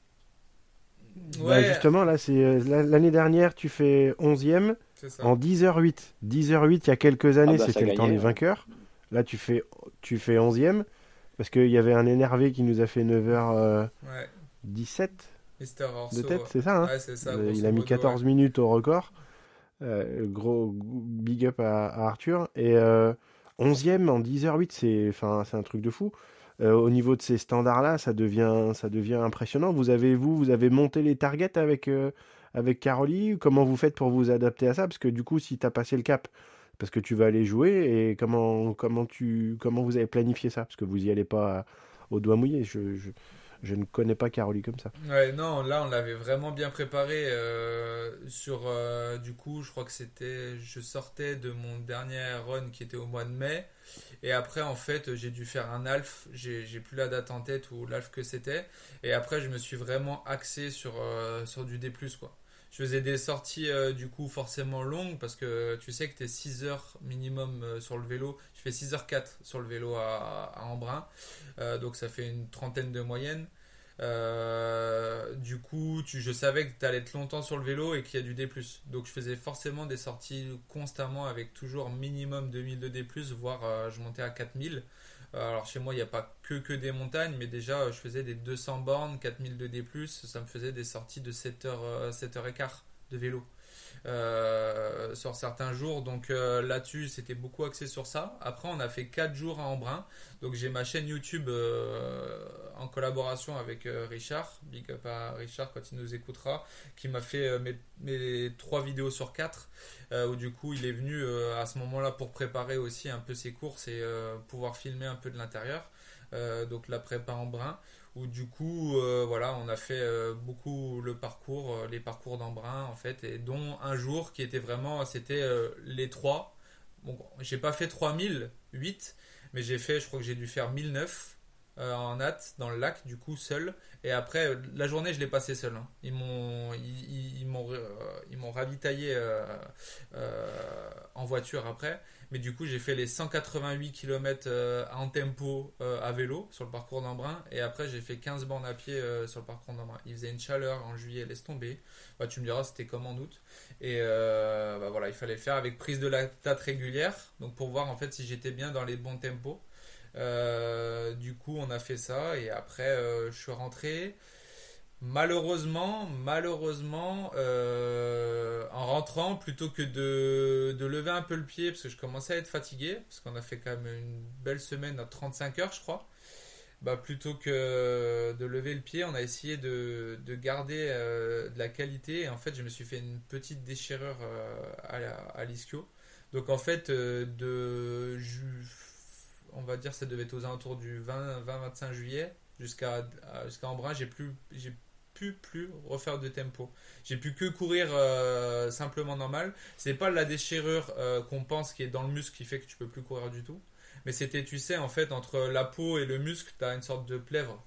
Bah Ouais, justement, là, c'est euh, la- l'année dernière, tu fais onzième c'est ça. en dix heures huit. dix heures huit, il y a quelques Ah années, bah ça c'était le temps gagnait, des ouais. vainqueurs. Là, tu fais, tu fais onzième parce qu'il y avait un énervé qui nous a fait neuf heures Ouais, dix-sept Mister de Orso. tête, c'est ça, hein? Ouais, c'est ça, Euh, il grosso a mis modo, ouais. quatorze minutes au record. Euh, gros big up à, à Arthur. Et euh, onzième en dix heures huit, c'est, enfin, c'est un truc de fou. Euh, au niveau de ces standards-là, ça devient, ça devient impressionnant. Vous avez, vous, vous avez monté les targets avec, euh, avec Caroli. Comment vous faites pour vous adapter à ça? Parce que du coup, si tu as passé le cap, parce que tu vas aller jouer, et comment, comment, tu, comment vous avez planifié ça? Parce que vous y allez pas au doigt mouillé. Je, je, je ne connais pas Caroli comme ça. Ouais, non, là on l'avait vraiment bien préparé euh, sur euh, du coup, je crois que c'était je sortais de mon dernier run qui était au mois de mai et après en fait, j'ai dû faire un half, j'ai j'ai plus la date en tête ou l'half que c'était et après je me suis vraiment axé sur euh, sur du D plus, quoi. Je faisais des sorties euh, du coup forcément longues parce que tu sais que tu es six heures minimum euh, sur le vélo. Je fais six heures quatre sur le vélo à, à Embrun. Euh, donc ça fait une trentaine de moyenne. Euh, du coup, tu, je savais que tu allais être longtemps sur le vélo et qu'il y a du D plus. Donc je faisais forcément des sorties constamment avec toujours minimum deux mille de D plus, voire euh, je montais à quatre mille. Euh, alors chez moi, il n'y a pas que, que des montagnes, mais déjà euh, je faisais des deux cents bornes, quatre mille de D plus, ça me faisait des sorties de sept heures, euh, sept heures quinze de vélo euh, sur certains jours. Donc euh, là-dessus, c'était beaucoup axé sur ça. Après, on a fait quatre jours à Embrun. Donc j'ai ma chaîne YouTube euh, en collaboration avec euh, Richard. Big up à Richard quand il nous écoutera, qui m'a fait euh, mes, mes trois vidéos sur quatre. Euh, où du coup, il est venu euh, à ce moment-là pour préparer aussi un peu ses courses et euh, pouvoir filmer un peu de l'intérieur. euh, donc la prépa en brun, où du coup, euh, voilà, on a fait euh, beaucoup le parcours, euh, les parcours d'Embrun en fait, et dont un jour qui était vraiment, c'était euh, les trois. Bon, j'ai pas fait trois mille huit, mais j'ai fait, je crois que j'ai dû faire mille neuf euh, en natte dans le lac, du coup seul. Et après, euh, la journée, je l'ai passé seul, hein. Ils m'ont, ils, ils- ils m'ont, euh, ils m'ont ravitaillé euh, euh, en voiture après. Mais du coup, j'ai fait les cent quatre-vingt-huit kilomètres euh, en tempo euh, à vélo sur le parcours d'Embrun. Et après, j'ai fait quinze bornes à pied euh, sur le parcours d'Embrun. Il faisait une chaleur en juillet, laisse tomber. Bah, tu me diras, c'était comme en août. Et euh, bah, voilà, il fallait le faire avec prise de lactate régulière. Donc pour voir en fait si j'étais bien dans les bons tempos. Euh, du coup, on a fait ça. Et après, euh, je suis rentré. Malheureusement, malheureusement, euh, en rentrant, plutôt que de, de lever un peu le pied, parce que je commençais à être fatigué, parce qu'on a fait quand même une belle semaine à trente-cinq heures, je crois, bah, plutôt que de lever le pied, on a essayé de, de garder euh, de la qualité. Et en fait, je me suis fait une petite déchirure euh, à, la- à l'ischio. Donc en fait, euh, de, ju- on va dire, ça devait être aux alentours du vingt vingt-cinq juillet jusqu'à jusqu'à Embrun, j'ai plus, j'ai pu plus refaire de tempo. J'ai pu que courir euh, simplement normal. C'est pas la déchirure euh, qu'on pense qui est dans le muscle qui fait que tu peux plus courir du tout. Mais c'était, tu sais, en fait, entre la peau et le muscle, tu as une sorte de plèvre.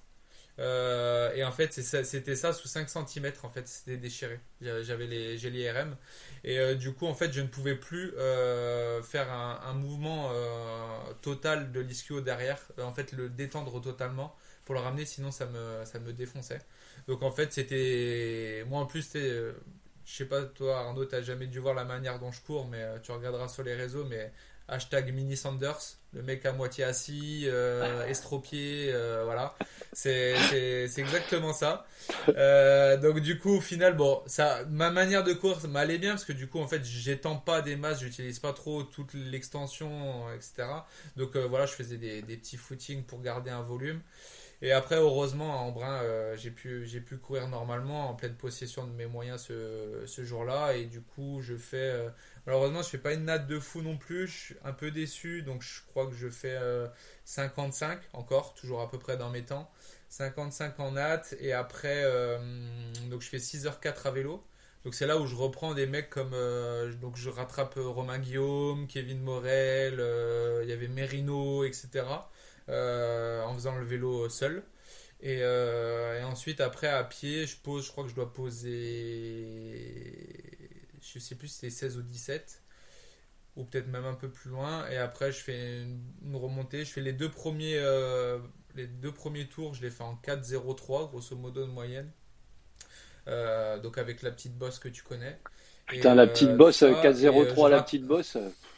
Euh, et en fait, c'est ça- c'était ça sous cinq centimètres, en fait, c'était déchiré. J'avais les, j'ai l'I R M. Et euh, du coup, en fait, je ne pouvais plus euh, faire un, un mouvement euh, total de l'ischio derrière. Euh, en fait, le détendre totalement pour le ramener, sinon ça me, ça me défonçait. Donc en fait, c'était. Moi en plus, t'es, euh, je sais pas, toi Arnaud, t'as jamais dû voir la manière dont je cours, mais euh, tu regarderas sur les réseaux, mais hashtag Mini Sanders, le mec à moitié assis, euh, estropié, euh, voilà. C'est, c'est, c'est exactement ça. Euh, donc du coup, au final, bon, ça, ma manière de courir ça m'allait bien parce que du coup, en fait, j'étends pas des masses, j'utilise pas trop toute l'extension, et cetera. Donc euh, voilà, je faisais des, des petits footings pour garder un volume. Et après, heureusement, à Embrun, euh, j'ai pu, j'ai pu courir normalement, en pleine possession de mes moyens ce, ce jour-là. Et du coup, je fais. Euh, malheureusement, je fais pas une natte de fou non plus. Je suis un peu déçu. Donc, je crois que je fais euh, cinquante-cinq encore, toujours à peu près dans mes temps. cinquante-cinq en natte. Et après, euh, donc je fais six heures quatre à vélo. Donc, c'est là où je reprends des mecs comme. Euh, donc, je rattrape euh, Romain Guillaume, Kevin Morel, euh, il y avait Merino, et cetera euh, en faisant le vélo seul. Et, euh, et ensuite, après, à pied, je pose, je crois que je dois poser, je sais plus si c'est seize ou dix-sept, ou peut-être même un peu plus loin. Et après, je fais une, une remontée. Je fais les deux premiers, euh, les deux premiers tours, je les fais en quatre zéro trois, grosso modo de moyenne. Euh, donc avec la petite bosse que tu connais. Et Putain, la petite euh, tout bosse, ça. Et euh, je quatre zéro trois, la rate. petite bosse.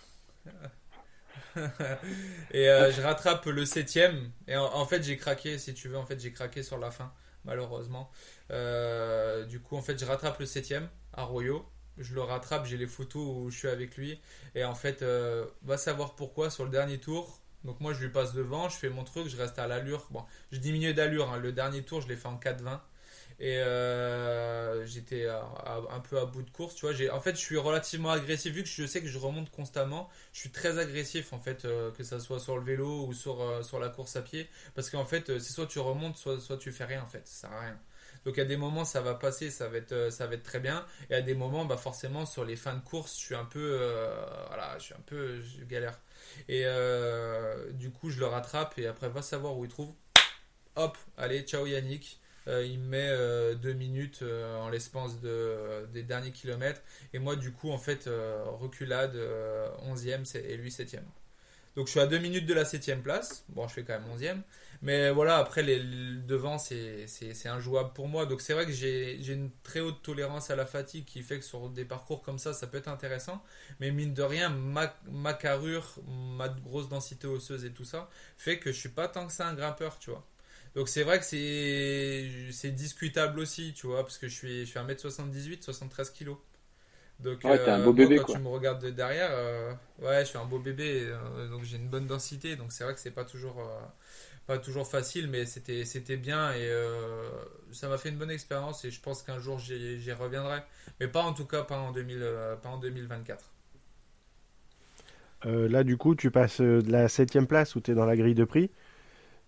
Et euh, je rattrape le septième. Et en, en fait, j'ai craqué, si tu veux. En fait, j'ai craqué sur la fin, malheureusement. Euh, du coup, en fait, je rattrape le septième à Royo. Je le rattrape, j'ai les photos où je suis avec lui. Et en fait, euh, va savoir pourquoi sur le dernier tour. Donc moi, je lui passe devant, je fais mon truc, je reste à l'allure. Bon, je diminue d'allure, hein. Le dernier tour, je l'ai fait en quatre vingt. Et euh, j'étais à- à- un peu à bout de course, tu vois. J'ai, en fait, je suis relativement agressif vu que je sais que je remonte constamment. Je suis très agressif en fait, euh, que ça soit sur le vélo ou sur, euh, sur la course à pied, parce qu'en fait, euh, c'est soit tu remontes, soit, soit tu fais rien en fait, ça sert à rien. Donc à des moments ça va passer, ça va être, euh, ça va être très bien, et à des moments, bah forcément sur les fins de course, je suis un peu, euh, voilà, je suis un peu, je galère. Et euh, du coup, je le rattrape et après va savoir où il trouve. Hop, allez, ciao Yannick. Euh, il me met euh, deux minutes euh, en l'espace de, euh, des derniers kilomètres. Et moi, du coup, en fait, euh, reculade, euh, onzième et lui septième. Donc, je suis à deux minutes de la septième place. Bon, je fais quand même onzième. Mais voilà, après, les, les devant, c'est, c'est, c'est injouable pour moi. Donc, c'est vrai que j'ai, j'ai une très haute tolérance à la fatigue qui fait que sur des parcours comme ça, ça peut être intéressant. Mais mine de rien, ma, ma carrure, ma grosse densité osseuse et tout ça, fait que je suis pas tant que ça un grimpeur, tu vois. Donc c'est vrai que c'est c'est discutable aussi, tu vois, parce que je suis je suis un mètre soixante-dix-huit, soixante-treize kilos. Donc Ouais, t'es un beau euh, moi bébé, quand tu quoi. me regardes de derrière, euh, ouais, je suis un beau bébé, euh, donc j'ai une bonne densité, donc c'est vrai que c'est pas toujours euh, pas toujours facile, mais c'était c'était bien et euh, ça m'a fait une bonne expérience et je pense qu'un jour j'y j'y reviendrai, mais pas en tout cas pas en deux mille euh, pas en deux mille vingt-quatre. Euh, là, du coup, tu passes euh, de la septième place où tu es dans la grille de prix.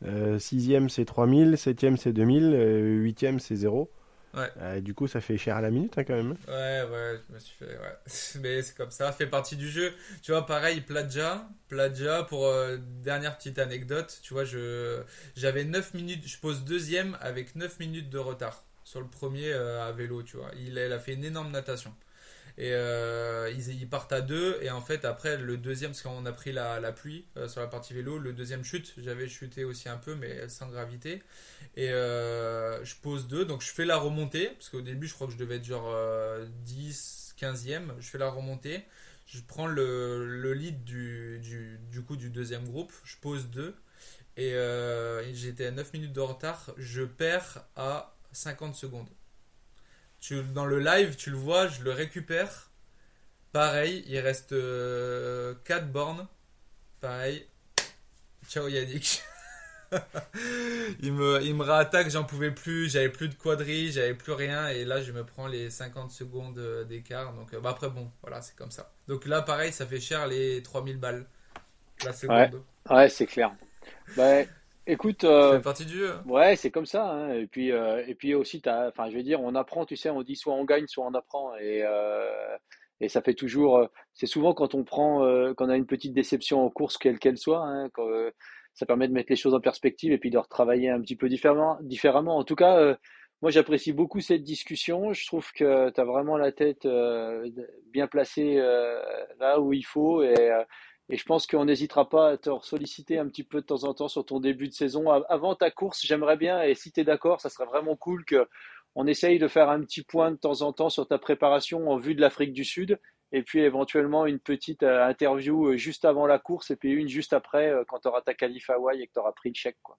Euh, sixième, c'est trois mille. Septième, c'est deux mille. Euh, huitième, c'est zéro. Ouais. Euh, du coup, ça fait cher à la minute, hein, quand même. Ouais, ouais, je me suis fait, ouais. Mais c'est comme ça, ça fait partie du jeu. Tu vois, pareil, Plagia, Plagia, pour euh, dernière petite anecdote, tu vois, je, j'avais neuf minutes, je pose deuxième avec neuf minutes de retard sur le premier euh, à vélo, tu vois. Il, il a fait une énorme natation. Et euh, ils, ils partent à deux. Et en fait, après, le deuxième, parce qu'on a pris la, la pluie euh, sur la partie vélo, le deuxième chute, j'avais chuté aussi un peu, mais sans gravité. Et euh, je pose deux. Donc, je fais la remontée. Parce qu'au début, je crois que je devais être genre euh, dix, quinzième. Je fais la remontée. Je prends le, le lead du, du, du coup du deuxième groupe. Je pose deux. Et euh, j'étais à neuf minutes de retard. Je perds à cinquante secondes. Tu, dans le live, tu le vois, je le récupère. Pareil, il reste euh, quatre bornes. Pareil. Ciao Yannick. il, me, il me réattaque, j'en pouvais plus. J'avais plus de quadri, j'avais plus rien. Et là, je me prends les cinquante secondes d'écart. Donc, euh, bah après, bon, voilà, c'est comme ça. Donc là, pareil, ça fait cher les trois mille balles la seconde. Ouais, ouais, c'est clair. Bah, écoute, Ça euh, fait partie du jeu. Hein. ouais, c'est comme ça, hein. Et puis, euh, et puis aussi, t'as, enfin, je veux dire, on apprend, tu sais, on dit soit on gagne, soit on apprend. Et, euh, et ça fait toujours, euh, c'est souvent quand on prend, euh, quand on a une petite déception en course, quelle qu'elle soit, hein, quand, euh, ça permet de mettre les choses en perspective et puis de retravailler un petit peu différemment. différemment. En tout cas, euh, moi, j'apprécie beaucoup cette discussion. Je trouve que tu as vraiment la tête euh, bien placée euh, là où il faut. Et, euh, et je pense qu'on n'hésitera pas à te solliciter un petit peu de temps en temps sur ton début de saison. Avant ta course, j'aimerais bien, et si tu es d'accord, ça serait vraiment cool que on essaye de faire un petit point de temps en temps sur ta préparation en vue de l'Afrique du Sud, et puis éventuellement une petite euh, interview euh, juste avant la course, et puis une juste après euh, quand tu auras ta qualif Hawaï et que tu auras pris le chèque, quoi.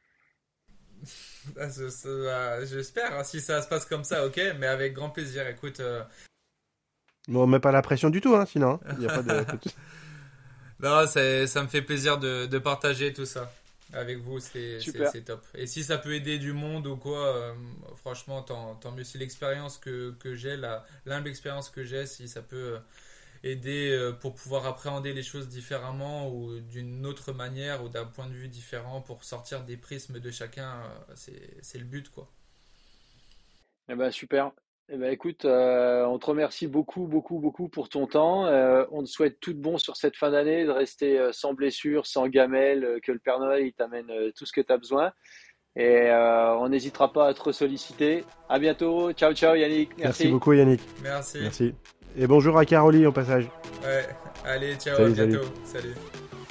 Ah, ce- ce- ah, J'espère, hein, si ça se passe comme ça, ok, mais avec grand plaisir. Écoute, euh, Bon, on met pas la pression du tout, hein, sinon. Il y a pas de... pas de- non, c'est- ça me fait plaisir de, de partager tout ça avec vous, c'est c'est- Super. c'est top. Et si ça peut aider du monde ou quoi, euh, franchement, tant, tant mieux. Si l'expérience que, que j'ai, la l'humble expérience que j'ai, si ça peut euh, aider euh, pour pouvoir appréhender les choses différemment ou d'une autre manière ou d'un point de vue différent pour sortir des prismes de chacun, euh, c'est c'est le but, quoi. Eh ben, super. Eh ben, écoute, euh, on te remercie beaucoup, beaucoup, beaucoup pour ton temps. Euh, on te souhaite tout de bon sur cette fin d'année, de rester euh, sans blessure, sans gamelle, euh, que le Père Noël il t'amène euh, tout ce que tu as besoin. Et euh, on n'hésitera pas à te solliciter. À bientôt. Ciao, ciao Yannick. Merci Merci. beaucoup, Yannick. Merci. Merci. Et bonjour à Caroline au passage. Ouais. Allez, ciao, à Salut, salut. bientôt. Salut.